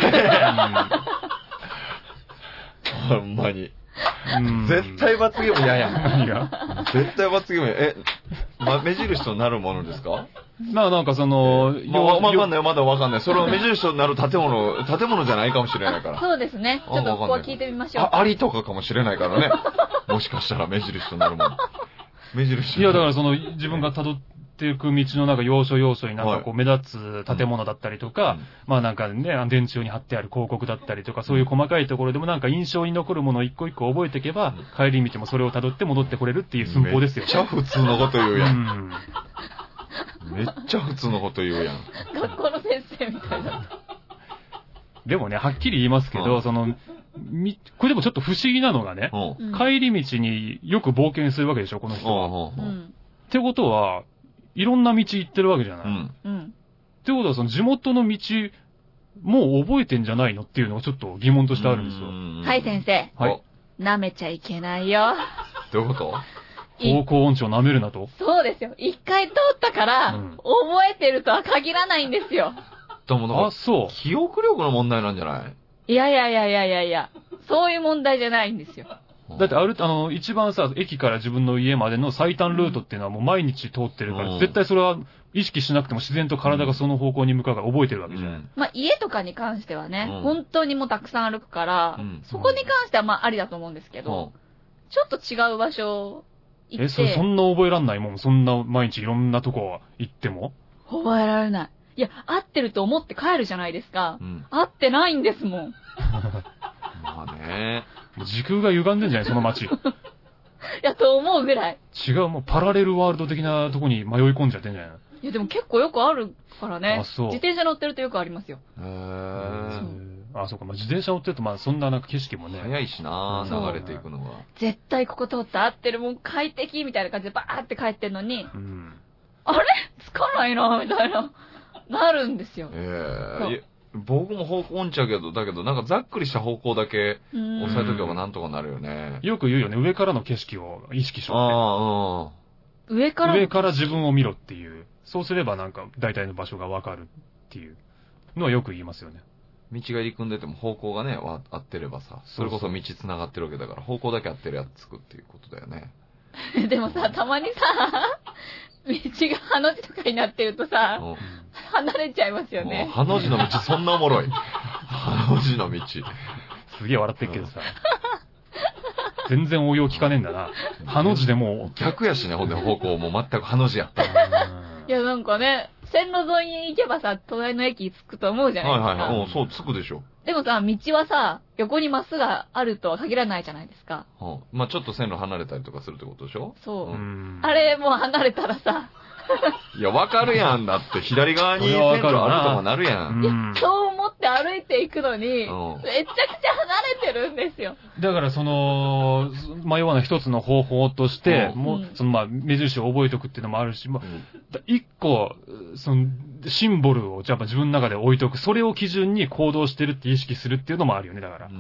ほんまに。 うん、 絶対罰ゲーム嫌やん。 何が？ 絶対罰ゲームや。え、ま、目印となるものですか？ まあなんかその、 えー、まあ、わかんないよ、まだわかんない。それを目印となる建物、建物じゃないかもしれないから。 そうですね。ちょっとここは聞いてみましょう。 あ、アリとかかもしれないからね。もしかしたら目印となるもの。目印。 いやだからその自分が辿っていく道のなんか要所要所になんかこう目立つ建物だったりとか、うん、まあなんかね、電柱に貼ってある広告だったりとか、そういう細かいところでもなんか印象に残るものを一個一個覚えていけば、うん、帰り道もそれを辿って戻ってこれるっていう寸法ですよ。 めっちゃ普通のこと言うやん。うんめっちゃ普通のこと言うやん。 学校の先生みたいな。 でもね、はっきり言いますけど、うん、その、み、これでもちょっと不思議なのがね、うん、帰り道によく冒険するわけでしょ、この人は。うん、ってことは、いろんな道行ってるわけじゃない。うん、ってことは、その地元の道、もう覚えてんじゃないのっていうのがちょっと疑問としてあるんですよ。 はい、先生。はい。舐めちゃいけないよ。 どういうこと？ 方向音痴を舐めるなと。 そうですよ。一回通ったから、うん、覚えてるとは限らないんですよ。 でもあ、そう。記憶力の問題なんじゃない？ いやいやいやいやいやいや、そういう問題じゃないんですよ。 だってある、あの、一番さ、駅から自分の家までの最短ルートっていうのはもう毎日通ってるから、うん、絶対それは意識しなくても自然と体がその方向に向かうから覚えてるわけじゃない。うん、 まあ家とかに関してはね、うん、本当にもうたくさん歩くから、うん、そこに関してはまあありだと思うんですけど、うん、ちょっと違う場所え、そ、そんな覚えらんないもん？そんな毎日いろんなとこ行っても覚えられない。いや、合ってると思って帰るじゃないですか。うん、合ってないんですもん。 まあね。 時空が歪んでんじゃないその街。いや、と思うぐらい。 違う、もうパラレルワールド的なとこに迷い込んじゃってんじゃないの？ いや、でも結構よくあるからね。 あ、そう。 自転車乗ってるとよくありますよ。 へー。 あ、そうか。まあ、自転車乗ってると、まあ、そんななんか景色もね。 早いしな流れていくのが。 絶対ここ通って合ってるもん快適みたいな感じでバーって帰ってんのに、うん、あれつかないなみたいな、なるんですよ。 ええー、僕も方向音痴やけど、だけどなんかざっくりした方向だけ押さえとけばなんとかなるよね。 よく言うよね。上からの景色を意識しろって。 ああ、うん。上から上から自分を見ろっていう。そうすればなんか大体の場所がわかるっていうのはよく言いますよね。 道が入り組んでても方向がね、合ってればさ、それこそ道繋がってるわけだから、方向だけ合ってるやつつくっていうことだよね。 でもさ、たまにさ、道がハの字とかになってるとさ、うん、離れちゃいますよね。 ハの字の道そんなおもろい。ハの字の道。 すげえ笑ってるけどさ。全然応用聞かねえんだな。ハの字でもう。逆やしね、ほんで方向も全くハの字やった。 いや、なんかね、線路沿いに行けばさ、隣の駅着くと思うじゃないですか。 はいはいはい。そう、着くでしょ。 でもさ、道はさ、横にまっすぐあるとは限らないじゃないですか。 はあ、まあちょっと線路離れたりとかするってことでしょ？ そう。うん、あれ、もう離れたらさ。 いや、わかるやん。だって、左側に線路あるとかなるやん。 いや、そう思って歩いていくのに、めちゃくちゃ離れてるんですよ。 だから、その、迷わない一つの方法として、うん、もう、その、まあ、目印を覚えておくっていうのもあるし、まあ、一個、その、シンボルを、じゃあ自分の中で置いておく。それを基準に行動してるって意識するっていうのもあるよね、だから。うん、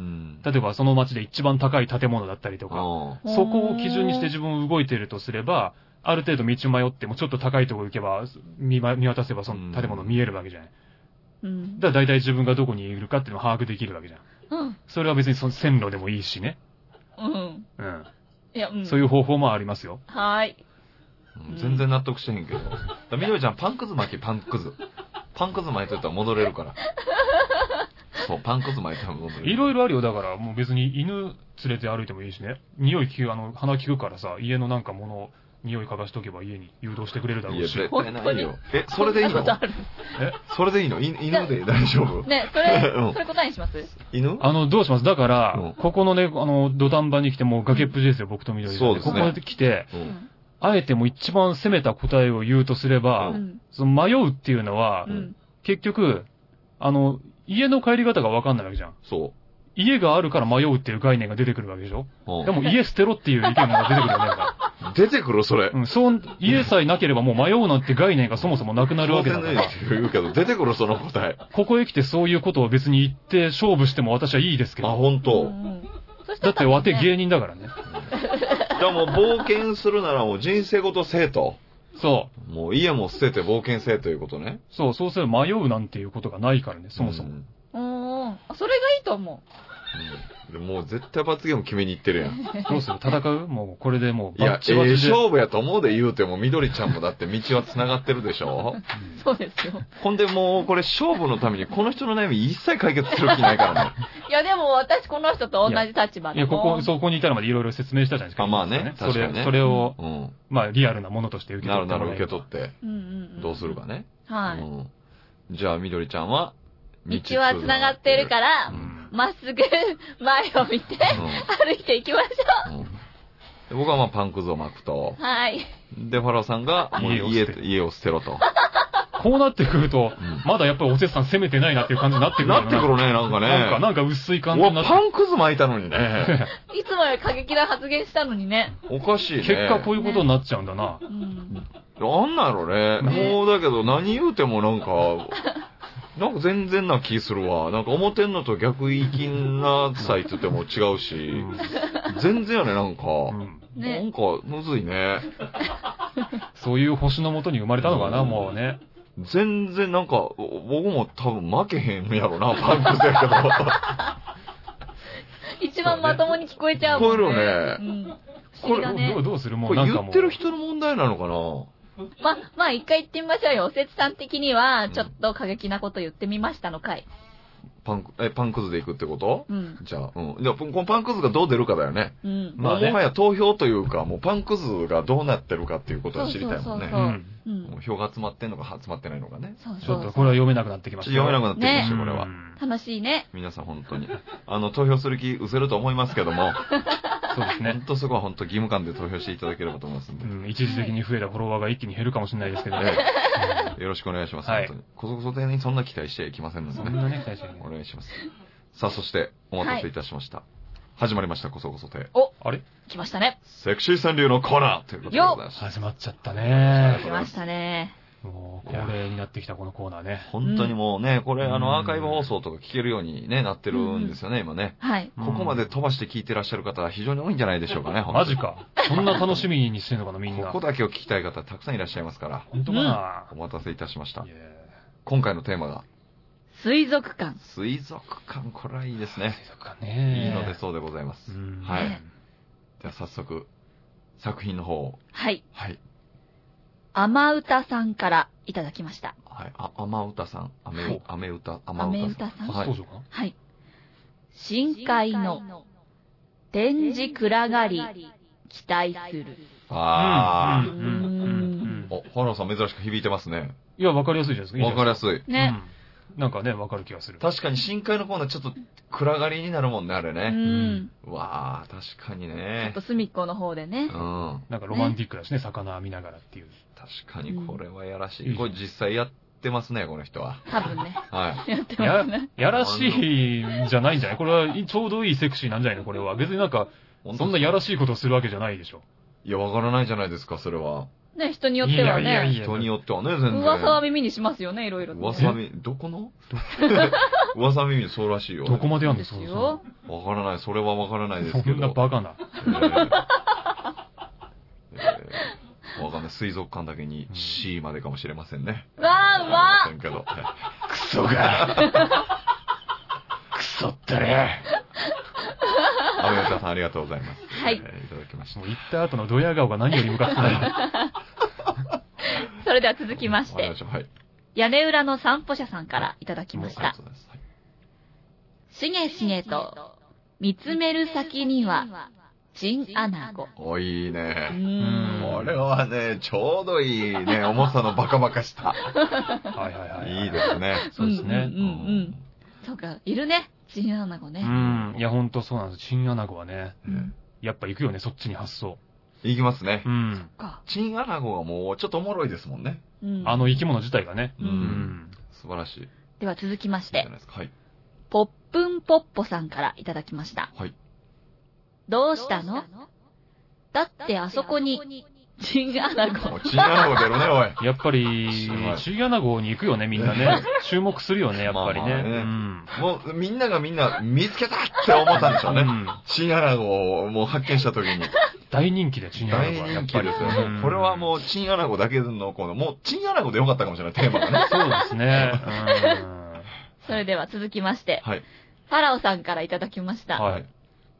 例えば、その街で一番高い建物だったりとか、そこを基準にして自分動いてるとすれば、ある程度道迷ってもちょっと高いところ行けば、見、見渡せばその建物見えるわけじゃない。うん。だから大体自分がどこにいるかっていうのを把握できるわけじゃん。うん。それは別にその線路でもいいしね。うん。うん。いや、うん。そういう方法もありますよ。 はーい。 うん、全然納得してへんけど。みどりちゃんパンくず巻きパンくず。パンくず巻いといたら戻れるから。そう、パンくず巻いたら戻れる。 いろいろあるよ。だからもう別に犬連れて歩いてもいいしね。匂い聞く、あの、鼻聞くからさ、家のなんか物を、匂い嗅がしとけば家に誘導してくれるだろうし。 いや、絶対ないよ。え、それでいいの？え、それでいいの？犬で大丈夫？ ね、それ、うん、それ答えにします？ 犬？ あの、どうします？だから、うん、ここのね、あの、土壇場に来てもう崖っぷちですよ、僕と緑さん。そうですね。ここで来て、うん、あえてもう一番攻めた答えを言うとすれば、うん、その迷うっていうのは、うん、結局、あの、家の帰り方がわかんないわけじゃん。 そう。 家があるから迷うっていう概念が出てくるわけでしょ？うん、でも家捨てろっていう意見が出てくるよね。 出てくるそれ。 うん、そう、家さえなければもう迷うなんて概念がそもそもなくなるわけだから。 言うけど、出てくるその答え。 ここへ来てそういうことを別に言って勝負しても私はいいですけど。 あ、本当。 だってわて芸人だからね。 じゃあもう冒険するならもう人生ごとせえと。 そう。 もう家も捨てて冒険せえということね。 そう、そうすれば迷うなんていうことがないからね、そもそも。 うん。おー、それがいいと思う。 うん、でもう絶対罰ゲーム決めに行ってるやん。 どうする戦うもうこれでもうバッチバチで。いや、ええ勝負やと思うで言うても、みどりちゃんもだって道は繋がってるでしょそうですよ。 ほんでもう、これ勝負のためにこの人の悩み一切解決する気ないからね。 いや、でも私この人と同じ立場で。 いや、ここ、そこに至るまでいろいろ説明したじゃないですか。 あ、まあね。 確かにね。それ、それを、うん、まあリアルなものとして受け取って。 なるなる受け取って。うんうんうん。どうするかね。 はい。 うん、じゃあ、みどりちゃんは、 道は繋がってるから、ま、うん、っすぐ前を見て、うん、歩いていきましょう。うん、 で僕はまあパンくずを巻くと。 はい。 で、ファラオさんがもう家、家を捨てろと。 こうなってくると、うん、まだやっぱりおせつさん攻めてないなっていう感じになってくるなってくるね、なんかね。 なんか、なんか薄い感じになって。 パンくず巻いたのにね。 いつもより過激な発言したのにね。 おかしいね。 結果こういうことになっちゃうんだな。 ね、うん。 なんだろうね。ねもうだけど何言うてもなんか、なんか全然な気するわ。なんか思ってんのと逆意気なさいって言っても違うし、うん、全然やね、なんか、うんね。なんかむずいね。 そういう星の下に生まれたのかな、うん、もうね。 全然なんか、僕も多分負けへんやろな、パンクスやけど。 一番まともに聞こえちゃうもんね。 聞こえるね。 うん、これ、ね、どう、どうするもうなんかもう。言ってる人の問題なのかな。 ま、まあ、一回言ってみましょうよ。おせつさん的には、ちょっと過激なこと言ってみましたのかい。 パン、え、パンくずでいくってこと？ うん。 じゃあ、うん。じゃあ、このパンくずがどう出るかだよね。 うん。 まあ、もはや投票というか、もうパンくずがどうなってるかっていうことを知りたいもんね。 そうそうそうそううん。もう票が集まってんのか集まってないのかね。 そうそうちょっとこれは読めなくなってきました。 読めなくなってきました、ね、これは。 楽しいね。 皆さん本当に。あの、投票する気失せると思いますけども。 そうですね。 本当そこは本当義務感で投票していただければと思いますんで。 うん、一時的に増えたフォロワーが一気に減るかもしれないですけどね。 よろしくお願いします。 はい、 本当に。こそこそ丁寧にそんな期待していきませんのでね。 そんなね、期待してね。 お願いします。さあ、そして、お待たせいたしました。はい、始まりました、こそこそ亭。 お、 あれ来ましたね。 セクシー川柳のコーナーということでございます。 始まっちゃったね。 来ましたね。 もう、恒例になってきたこのコーナーね。 本当にもうね、これ、あの、アーカイブ放送とか聞けるようにね、なってるんですよね、今ね。 はい。 ここまで飛ばして聞いてらっしゃる方は非常に多いんじゃないでしょうかね、 マジか。そんな楽しみにしてんのかな、みんな。 ここだけを聞きたい方たくさんいらっしゃいますから。 本当かな。 お待たせいたしました。今回のテーマが、 水族館。 水族館、これはいいですね。 水族館ね。 いいのでそうでございます。はい。では早速、作品の方を。 はい。 はい。 雨歌さんからいただきました。 はい。あ、雨歌さん。雨、はい、雨歌、 雨歌さん。 はい。 はい。深海の展示暗がり期待する。 ああ。うん。お、ファラオさん珍しく響いてますね。 いや、わかりやすいじゃないですか。 わかりやすい。 ね。 なんかね、わかる気がする。 確かに深海のコーナーちょっと暗がりになるもんね、あれね。 うん。 うわあ、確かにね。 ちょっと隅っこの方でね。 うん。 なんかロマンティックだしね、魚見ながらっていう。 確かにこれはやらしい。これ実際やってますね、この人は。 多分ね。 はい。やってますね。 や、やらしいんじゃないんじゃないこれはちょうどいいセクシーなんじゃないのこれは。別になんか、そんなやらしいことをするわけじゃないでしょ。 いや、わからないじゃないですか、それは。 ね、人によってはね。 いやいやいや人によってはね、全然。 噂は耳にしますよね、いろいろと。 噂は耳、どこの噂は耳そうらしいよ。 どこまでやんのですよ。 わからない、それはわからないですけど。 そんなバカな。 えーえー、わかんない。水族館だけに C までかもしれませんね。 わーわーけど。 クソがクソったれアメリカさんありがとうございます。 はい。 えー、いただきました。 もう行った後のドヤ顔が何よりムカつくない。 それでは続きまして、 はい、 屋根裏の散歩者さんからいただきました。しげしげと見つめる先にはチンアナゴ。 お、いいね。 うん。 これはね、ちょうどいいね、重さのバカバカした。 はいはいはい。 いいですね。 そうですね。 うんうんうん。そうか、いるね。チンアナゴね。 うん。いや、ほんとそうなんです。チンアナゴはね。 うん、 やっぱ行くよね、そっちに発想。 行きますね。 うん。 そっか。 チンアナゴがもうちょっとおもろいですもんね。 うん。 あの生き物自体がね。 うん。うん、素晴らしい。 では続きまして。 いいじゃないですか。はい。 ポップンポッポさんからいただきました。 はい。 どうしたの？だってあそこにチンアナゴ。 チンアナゴ出るね、おい。 やっぱり、チンアナゴに行くよね、みんなね。注目するよね、やっぱりね。まあまあね、うん、 もう、みんながみんな、見つけたって思ったんでしょうね。うん、チンアナゴをもう発見した時に。 大人気で、チンアナゴは。 大人気ですよね。うん、これはもう、チンアナゴだけの、この、もう、チンアナゴでよかったかもしれない、テーマがね。 そうですね。 うん、それでは続きまして。 はい。 ファラオさんからいただきました。はい。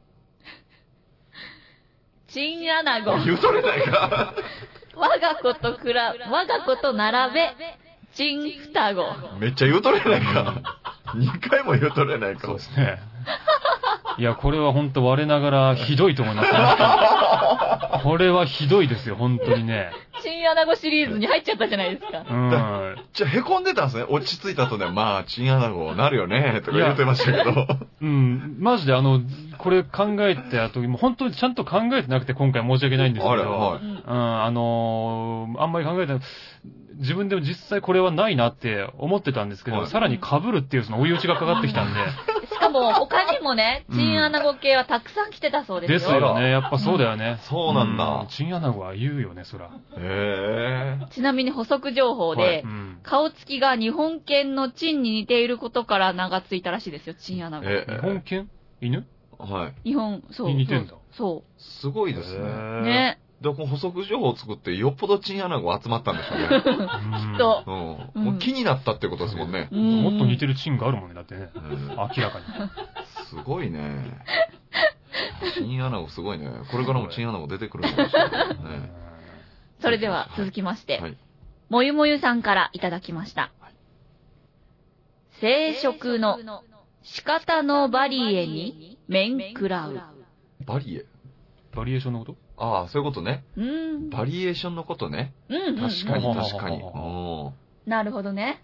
チンアナゴ。 言うとれないか。 我が子と比べ、我が子と並べ、チン双子。 めっちゃ言うとれないか。にかいも言うとれないか。 そうですね。いや、これは本当我ながらひどいと思いますね。これはひどいですよ、本当にね。 チンアナゴシリーズに入っちゃったじゃないですか。 うん。じゃあ、凹んでたんですね。落ち着いた後で、まあ、チンアナゴなるよね、とか言ってましたけど。 うん。マジであの、これ考えてあと、本当にちゃんと考えてなくて今回申し訳ないんですけど、はい、うん、あのー、あんまり考えてない。自分でも実際これはないなって思ってたんですけど、はい、さらに被るっていうその追い打ちがかかってきたんで。 しかも他にもね、チンアナゴ系はたくさん来てたそうですよ。 ですよね。やっぱそうだよね。 うん、そうなんだ、 うん。チンアナゴは言うよね、そら。 へー。 ちなみに補足情報で、はいうん、顔つきが日本犬のチンに似ていることから名がついたらしいですよ、チンアナゴ。 日本犬犬はい。 日本、そう。 に似てんだ。 そう。 すごいですね。 ね。 で、この補足情報を作って、よっぽどチンアナゴ集まったんでしょうね。 きっと。 うん。もう気になったってことですもんね。 うん、もっと似てるチンがあるもんね、だってね。明らかに。 すごいね。チンアナゴすごいね。これからもチンアナゴ出てくるのかもしれないね。 それでは続きまして、はい、もゆもゆさんからいただきました。はい、生殖の仕方のバリエに面食らう。 バリエバリエーションのこと？ ああ、そういうことね。 うん。 バリエーションのことね。 うん、うん。 確かに、確かに。 なるほどね。 うん。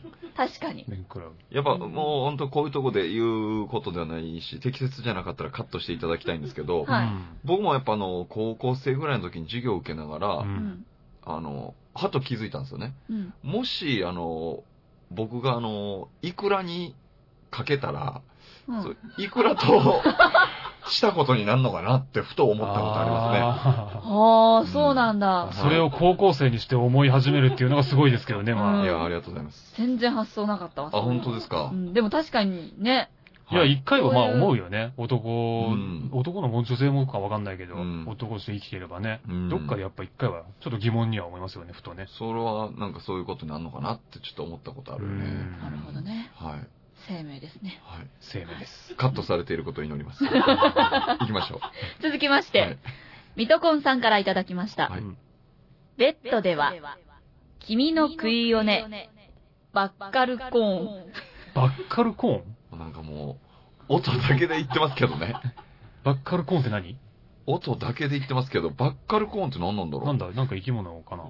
確かに。 やっぱもう本当こういうとこで言うことではないし、適切じゃなかったらカットしていただきたいんですけど、はい、僕もやっぱあの、高校生ぐらいの時に授業を受けながら、うん、あの、はと気づいたんですよね。うん、もし、あの、僕があの、イクラにかけたら、うん、イクラと、したことになるのかなってふと思ったことありますね。 ああ、そうなんだ、 うん。それを高校生にして思い始めるっていうのがすごいですけどね、まあ。 いや、ありがとうございます。 全然発想なかったわ。 あ、本当ですか。 うん、でも確かにね。 いや、一回はまあ思うよね。男、うん、男のも女性もかわかんないけど、うん、男として生きていればね、うん、どっかでやっぱ一回はちょっと疑問には思いますよね、ふとね。 それはなんかそういうことになるのかなってちょっと思ったことあるよね。 なるほどね。 はい。 生命ですね。 はい。 生命です。 カットされていることを祈ります。行きましょう。 続きまして、はい、ミトコンさんからいただきました。はい、ベッドでは、君のクイオネ、バッカルコーン。 バッカルコーンなんかもう、音だけで言ってますけどね。 バッカルコーンって何？ 音だけで言ってますけど、バッカルコーンって何なんだろう？ なんだ、なんか生き物かな。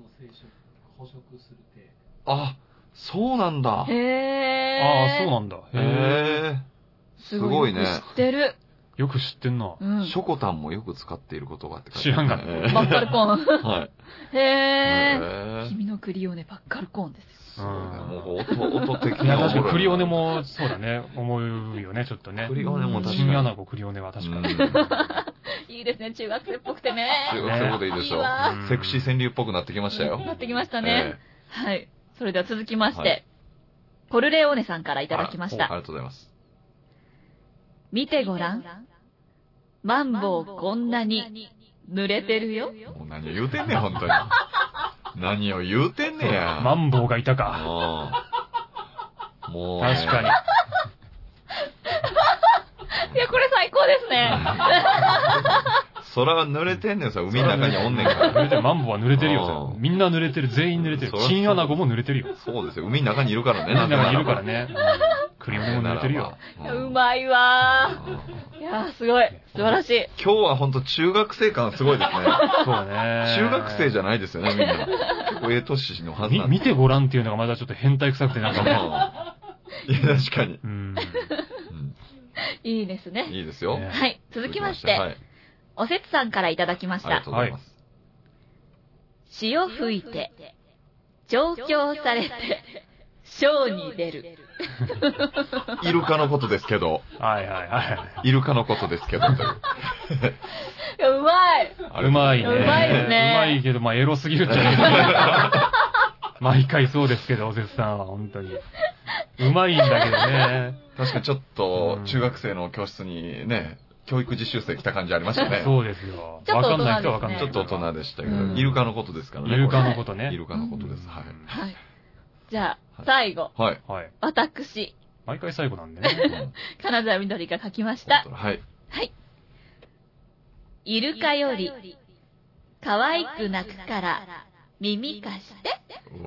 あ、そうなんだ。 へー。 ああ、そうなんだ。 へー。すごいね。 知ってる。 よく知ってんな。 うん。 ショコタンもよく使っている言葉って書いてある、ね。知らんがね。 バッカルコーン。 はい。 へー。君のクリオネバッカルコーンですよ。 そうね。もう音、音的に。 いや、確かにクリオネも、そうだね。思うよね、ちょっとね。 クリオネも確かに。 チンアナゴクリオネは確かに。 いいですね、中学生っぽくてね。 中学生っぽくていいでしょ。セクシー川柳っぽくなってきましたよ。 なってきましたね。はい。それでは続きまして、コルレオーネさんからいただきました。 ありがとうございます。 見てごらん。マンボウこんなに濡れてるよ。 もう何を言うてんねん、本当に。何を言うてんねや。 マンボウがいたか。 もう。 確かに。 いや、これ最高ですね。 空は濡れてんねんさ、海の中におんねんから。 濡れてる、マンボウは濡れてるよ。みんな濡れてる、全員濡れてる。チンアナゴも濡れてるよ。 そうですよ、海の中にいるからね。 海の中にいるからね。クリオネも濡れてるよ。 うまいわー。いやー、すごい。素晴らしい。 今日はほんと中学生感すごいですね。 そうね。 中学生じゃないですよね、みんな。結構ええ年のはずなんで。 見てごらんっていうのがまだちょっと変態臭くてなんかね。 いや、確かに。うん。 いいですね。 いいですよ。 はい。続きまして。おせつさんからいただきました。ありがとうございます。 潮吹いて、調教されて、 ショーに出る。 イルカのことですけど。 はいはいはい。 イルカのことですけど。 いや、うまい。 うまいね。 うまいですね。 うまいけど、まあ、エロすぎるっちゃね。毎回そうですけど、おせつさんは本当に。うまいんだけどね。 確かにちょっと、中学生の教室にね、教育実習生来た感じありましたね。 そうですよ。わかんない人はわかんない。 ちょっと大人でしたけど、イルカのことですからね。 イルカのことね。 イルカのことです。はい。 はい。じゃあ、最後。 はい。 はい。 私。 毎回最後なんでね。 金沢みどりが書きました。 はい。 はい。イルカより、可愛く鳴くから、耳貸して。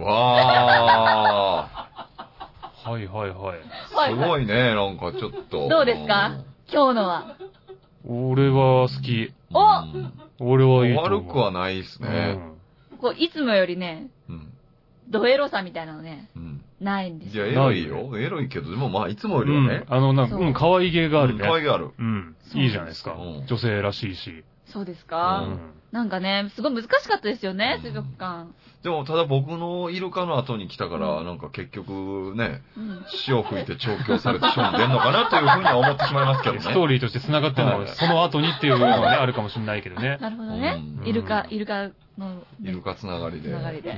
わー。はいはいはい。 すごいね、なんかちょっと。 どうですか今日のは。 俺は好き。 お俺はいいと思う。 悪くはないですね。 こういつもよりね、ドエロさみたいなのね、ないんですよ。いや、エロいよ。エロいけど、でもまあ、いつもよりはね。 あの、なんか、うん、可愛げがあるね。 可愛げある。 うん。いいじゃないですか。女性らしいし。 そうですか、うん、なんかね、すごい難しかったですよね、水族館。 でも、ただ僕のイルカの後に来たから、うん、なんか結局ね、うん、潮吹いて調教されてショーに出んのかなというふうには思ってしまいますけどね。 ストーリーとして繋がってるのは、その後にっていうのがね、あるかもしれないけどね。 なるほどね。うん、イルカ、イルカの、ね、 イルカつながりで。 つながりで。はい。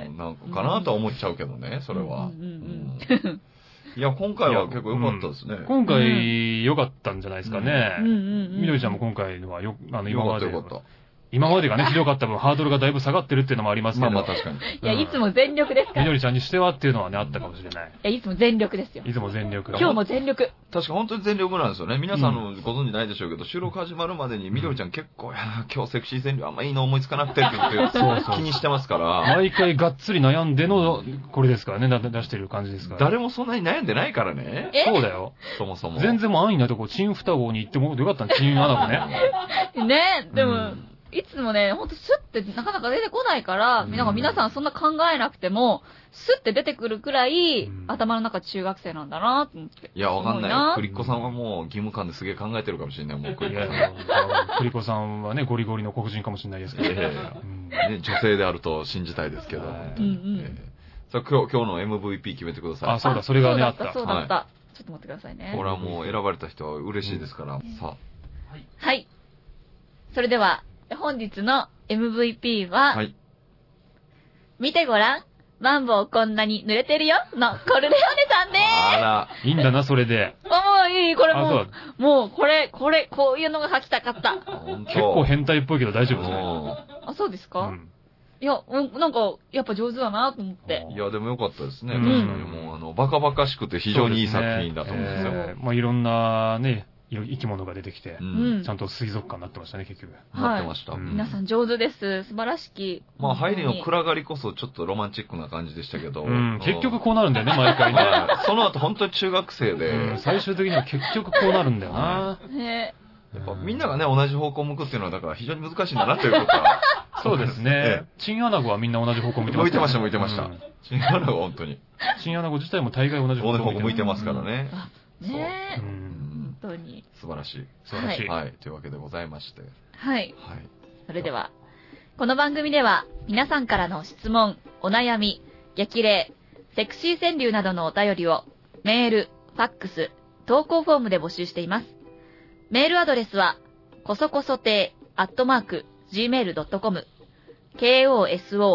なんかかなとは思っちゃうけどね、それは。いや、今回は結構良かったですね。 うん、今回良かったんじゃないですかね。みどりちゃんも今回のはよ、あの、今まで。 よかったよかった。 今までがね、ひどかった分、ハードルがだいぶ下がってるっていうのもありますけど。 まあまあ確かに。 いや、いつも全力ですから。 みどりちゃんにしてはっていうのはね、あったかもしれない。いや、いつも全力ですよ。 いつも全力。 今日も全力。 確か本当に全力なんですよね。皆さんのご存知ないでしょうけど、収録始まるまでにみどりちゃん結構、いや、今日セクシー川柳あんまいいの思いつかなくてって言って、そうそう気にしてますから。 毎回がっつり悩んでの、これですからね、出してる感じですから。 誰もそんなに悩んでないからね。 そうだよ。 そもそも。 全然もう安易なとこ、チン双子に行ってもよかったんチンアナゴね。 ね、でも、いつもね、ほんとスッてなかなか出てこないから、うん、なんか皆さんそんな考えなくても、スッて出てくるくらい、うん、頭の中中学生なんだなと思って。 いや、わかんない。クリッコさんはもう義務感ですげえ考えてるかもしれない。もうクリッコさん。クリッコさんはね、ゴリゴリの黒人かもしれないですけど、ねうん、ね。女性であると信じたいですけど。はいうんうんえー、さあ今日、今日の エムブイピー 決めてください。 あ、そうだ、それがね、あった。 そうだった。はい、ちょっと待ってくださいね。 これはもう選ばれた人は嬉しいですから。うん、さあ。 はい。はい。それでは、本日の エムブイピー は、はい、見てごらん、マンボウこんなに濡れてるよのコルレオネさんでーす。 あら、 いいんだな、それで。 あ、もういい、これもう、もう、これ、これ、こういうのが書きたかった。 結構変態っぽいけど大丈夫ですね。 あ、そうですか、うん、いや、なんか、やっぱ上手だなと思って。 いや、でもよかったですね。確かにもう、あの、バカバカしくて非常にいい作品だと思うんですよ。 えー、まあいろんなね、生き物が出てきて、うん、ちゃんと水族館になってましたね、結局。 なってました。 はいうん、皆さん上手です。素晴らしき。 まあ、入りの暗がりこそちょっとロマンチックな感じでしたけど。 うん、結局こうなるんだよね、毎回ね。 その後本当に中学生で、 うん。最終的には結局こうなるんだよな。 ねやっぱみんながね、同じ方向向くっていうのは、だから非常に難しいんだなということは。 そうですね。チンアナゴはみんな同じ方向向いてます、 ね。向いてました、向いてました。うん、チンアナゴ本当に。 チンアナゴ自体も大概同じ方向向いてますからね。 うん、ねえ。うん本当に素晴らしい。 素晴らしい。 はい。というわけでございまして。 はい。はい。それでは、この番組では皆さんからの質問、お悩み、激励、セクシー川柳などのお便りをメール、ファックス、投稿フォームで募集しています。メールアドレスは、こそこそ亭、アットマーク、ジーメールドットコム、koso,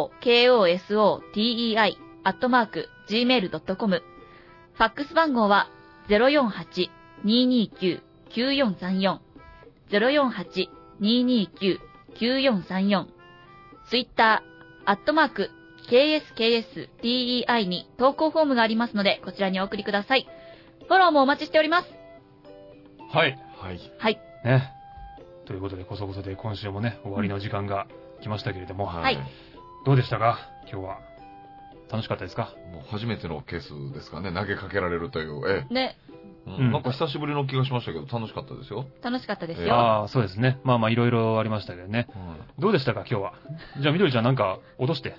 kosotei、アットマーク、ジーメールドットコム、ファックス番号は、ゼロよんはち にーにーきゅう きゅうよんさんよん ゼロよんはち にーにーきゅう きゅうよんさんよんツイッター、アットマーク、ケーエスケーエスティーイーアイ に投稿フォームがありますので、こちらにお送りください。フォローもお待ちしております。 はい。 はい。 はい。 ね。ということで、こそこそで今週もね、終わりの時間が来ましたけれども。 はい。 どうでしたか今日は。楽しかったですか？ もう初めてのケースですかね、投げかけられるという。ええ。 ね。 うん、なんか久しぶりの気がしましたけど、楽しかったですよ。 楽しかったですよ。 えー、ああ、そうですね。まあまあ、いろいろありましたけどね。うん、どうでしたか、今日は。じゃあ、みどりちゃんなんか、落として。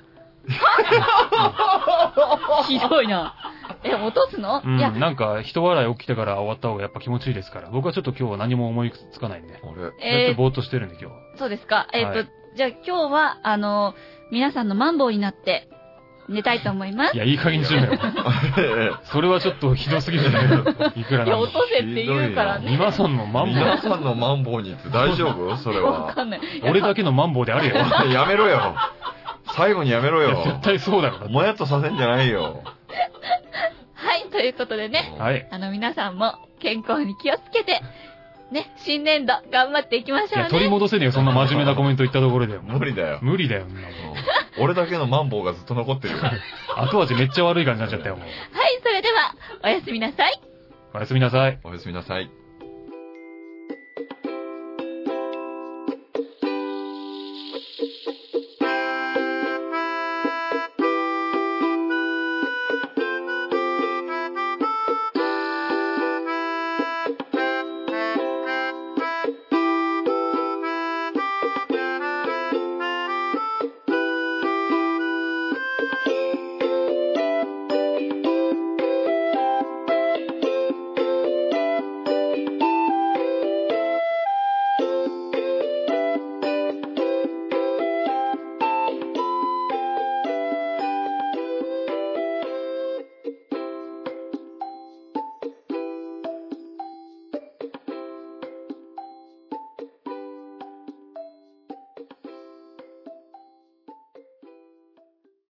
ひどいな。え、落とすの？ うん、いや。なんか、一笑い起きてから終わった方がやっぱ気持ちいいですから。僕はちょっと今日は何も思いつかないんで。あれ？えー、ぼーっとしてるんで、今日。 そうですか。えっ、ー、と、はい、じゃあ今日は、あの、皆さんのマンボウになって、 寝たいと思います。 いや、いい加減にしろよ。それはちょっとひどすぎるんだけど、いくらなんいや、落とせって言うからね。 皆さんのマンボウ。 皆さんのマンボウにって大丈夫それは。 わかんない。 俺だけのマンボウであるよ。 やめろよ。最後にやめろよ。 絶対そうだから。 もやっとさせんじゃないよ。 はい、ということでね。 はい。 あの、皆さんも健康に気をつけて、ね、新年度頑張っていきましょうね。いや、 取り戻せねえよ、そんな真面目なコメント言ったところで。 無理だよ。 無理だよ、 俺だけのマンボウがずっと残ってるよ。 後味めっちゃ悪い感じになっちゃったよ、もう。 はい、それでは、おやすみなさい。 おやすみなさい。 おやすみなさい。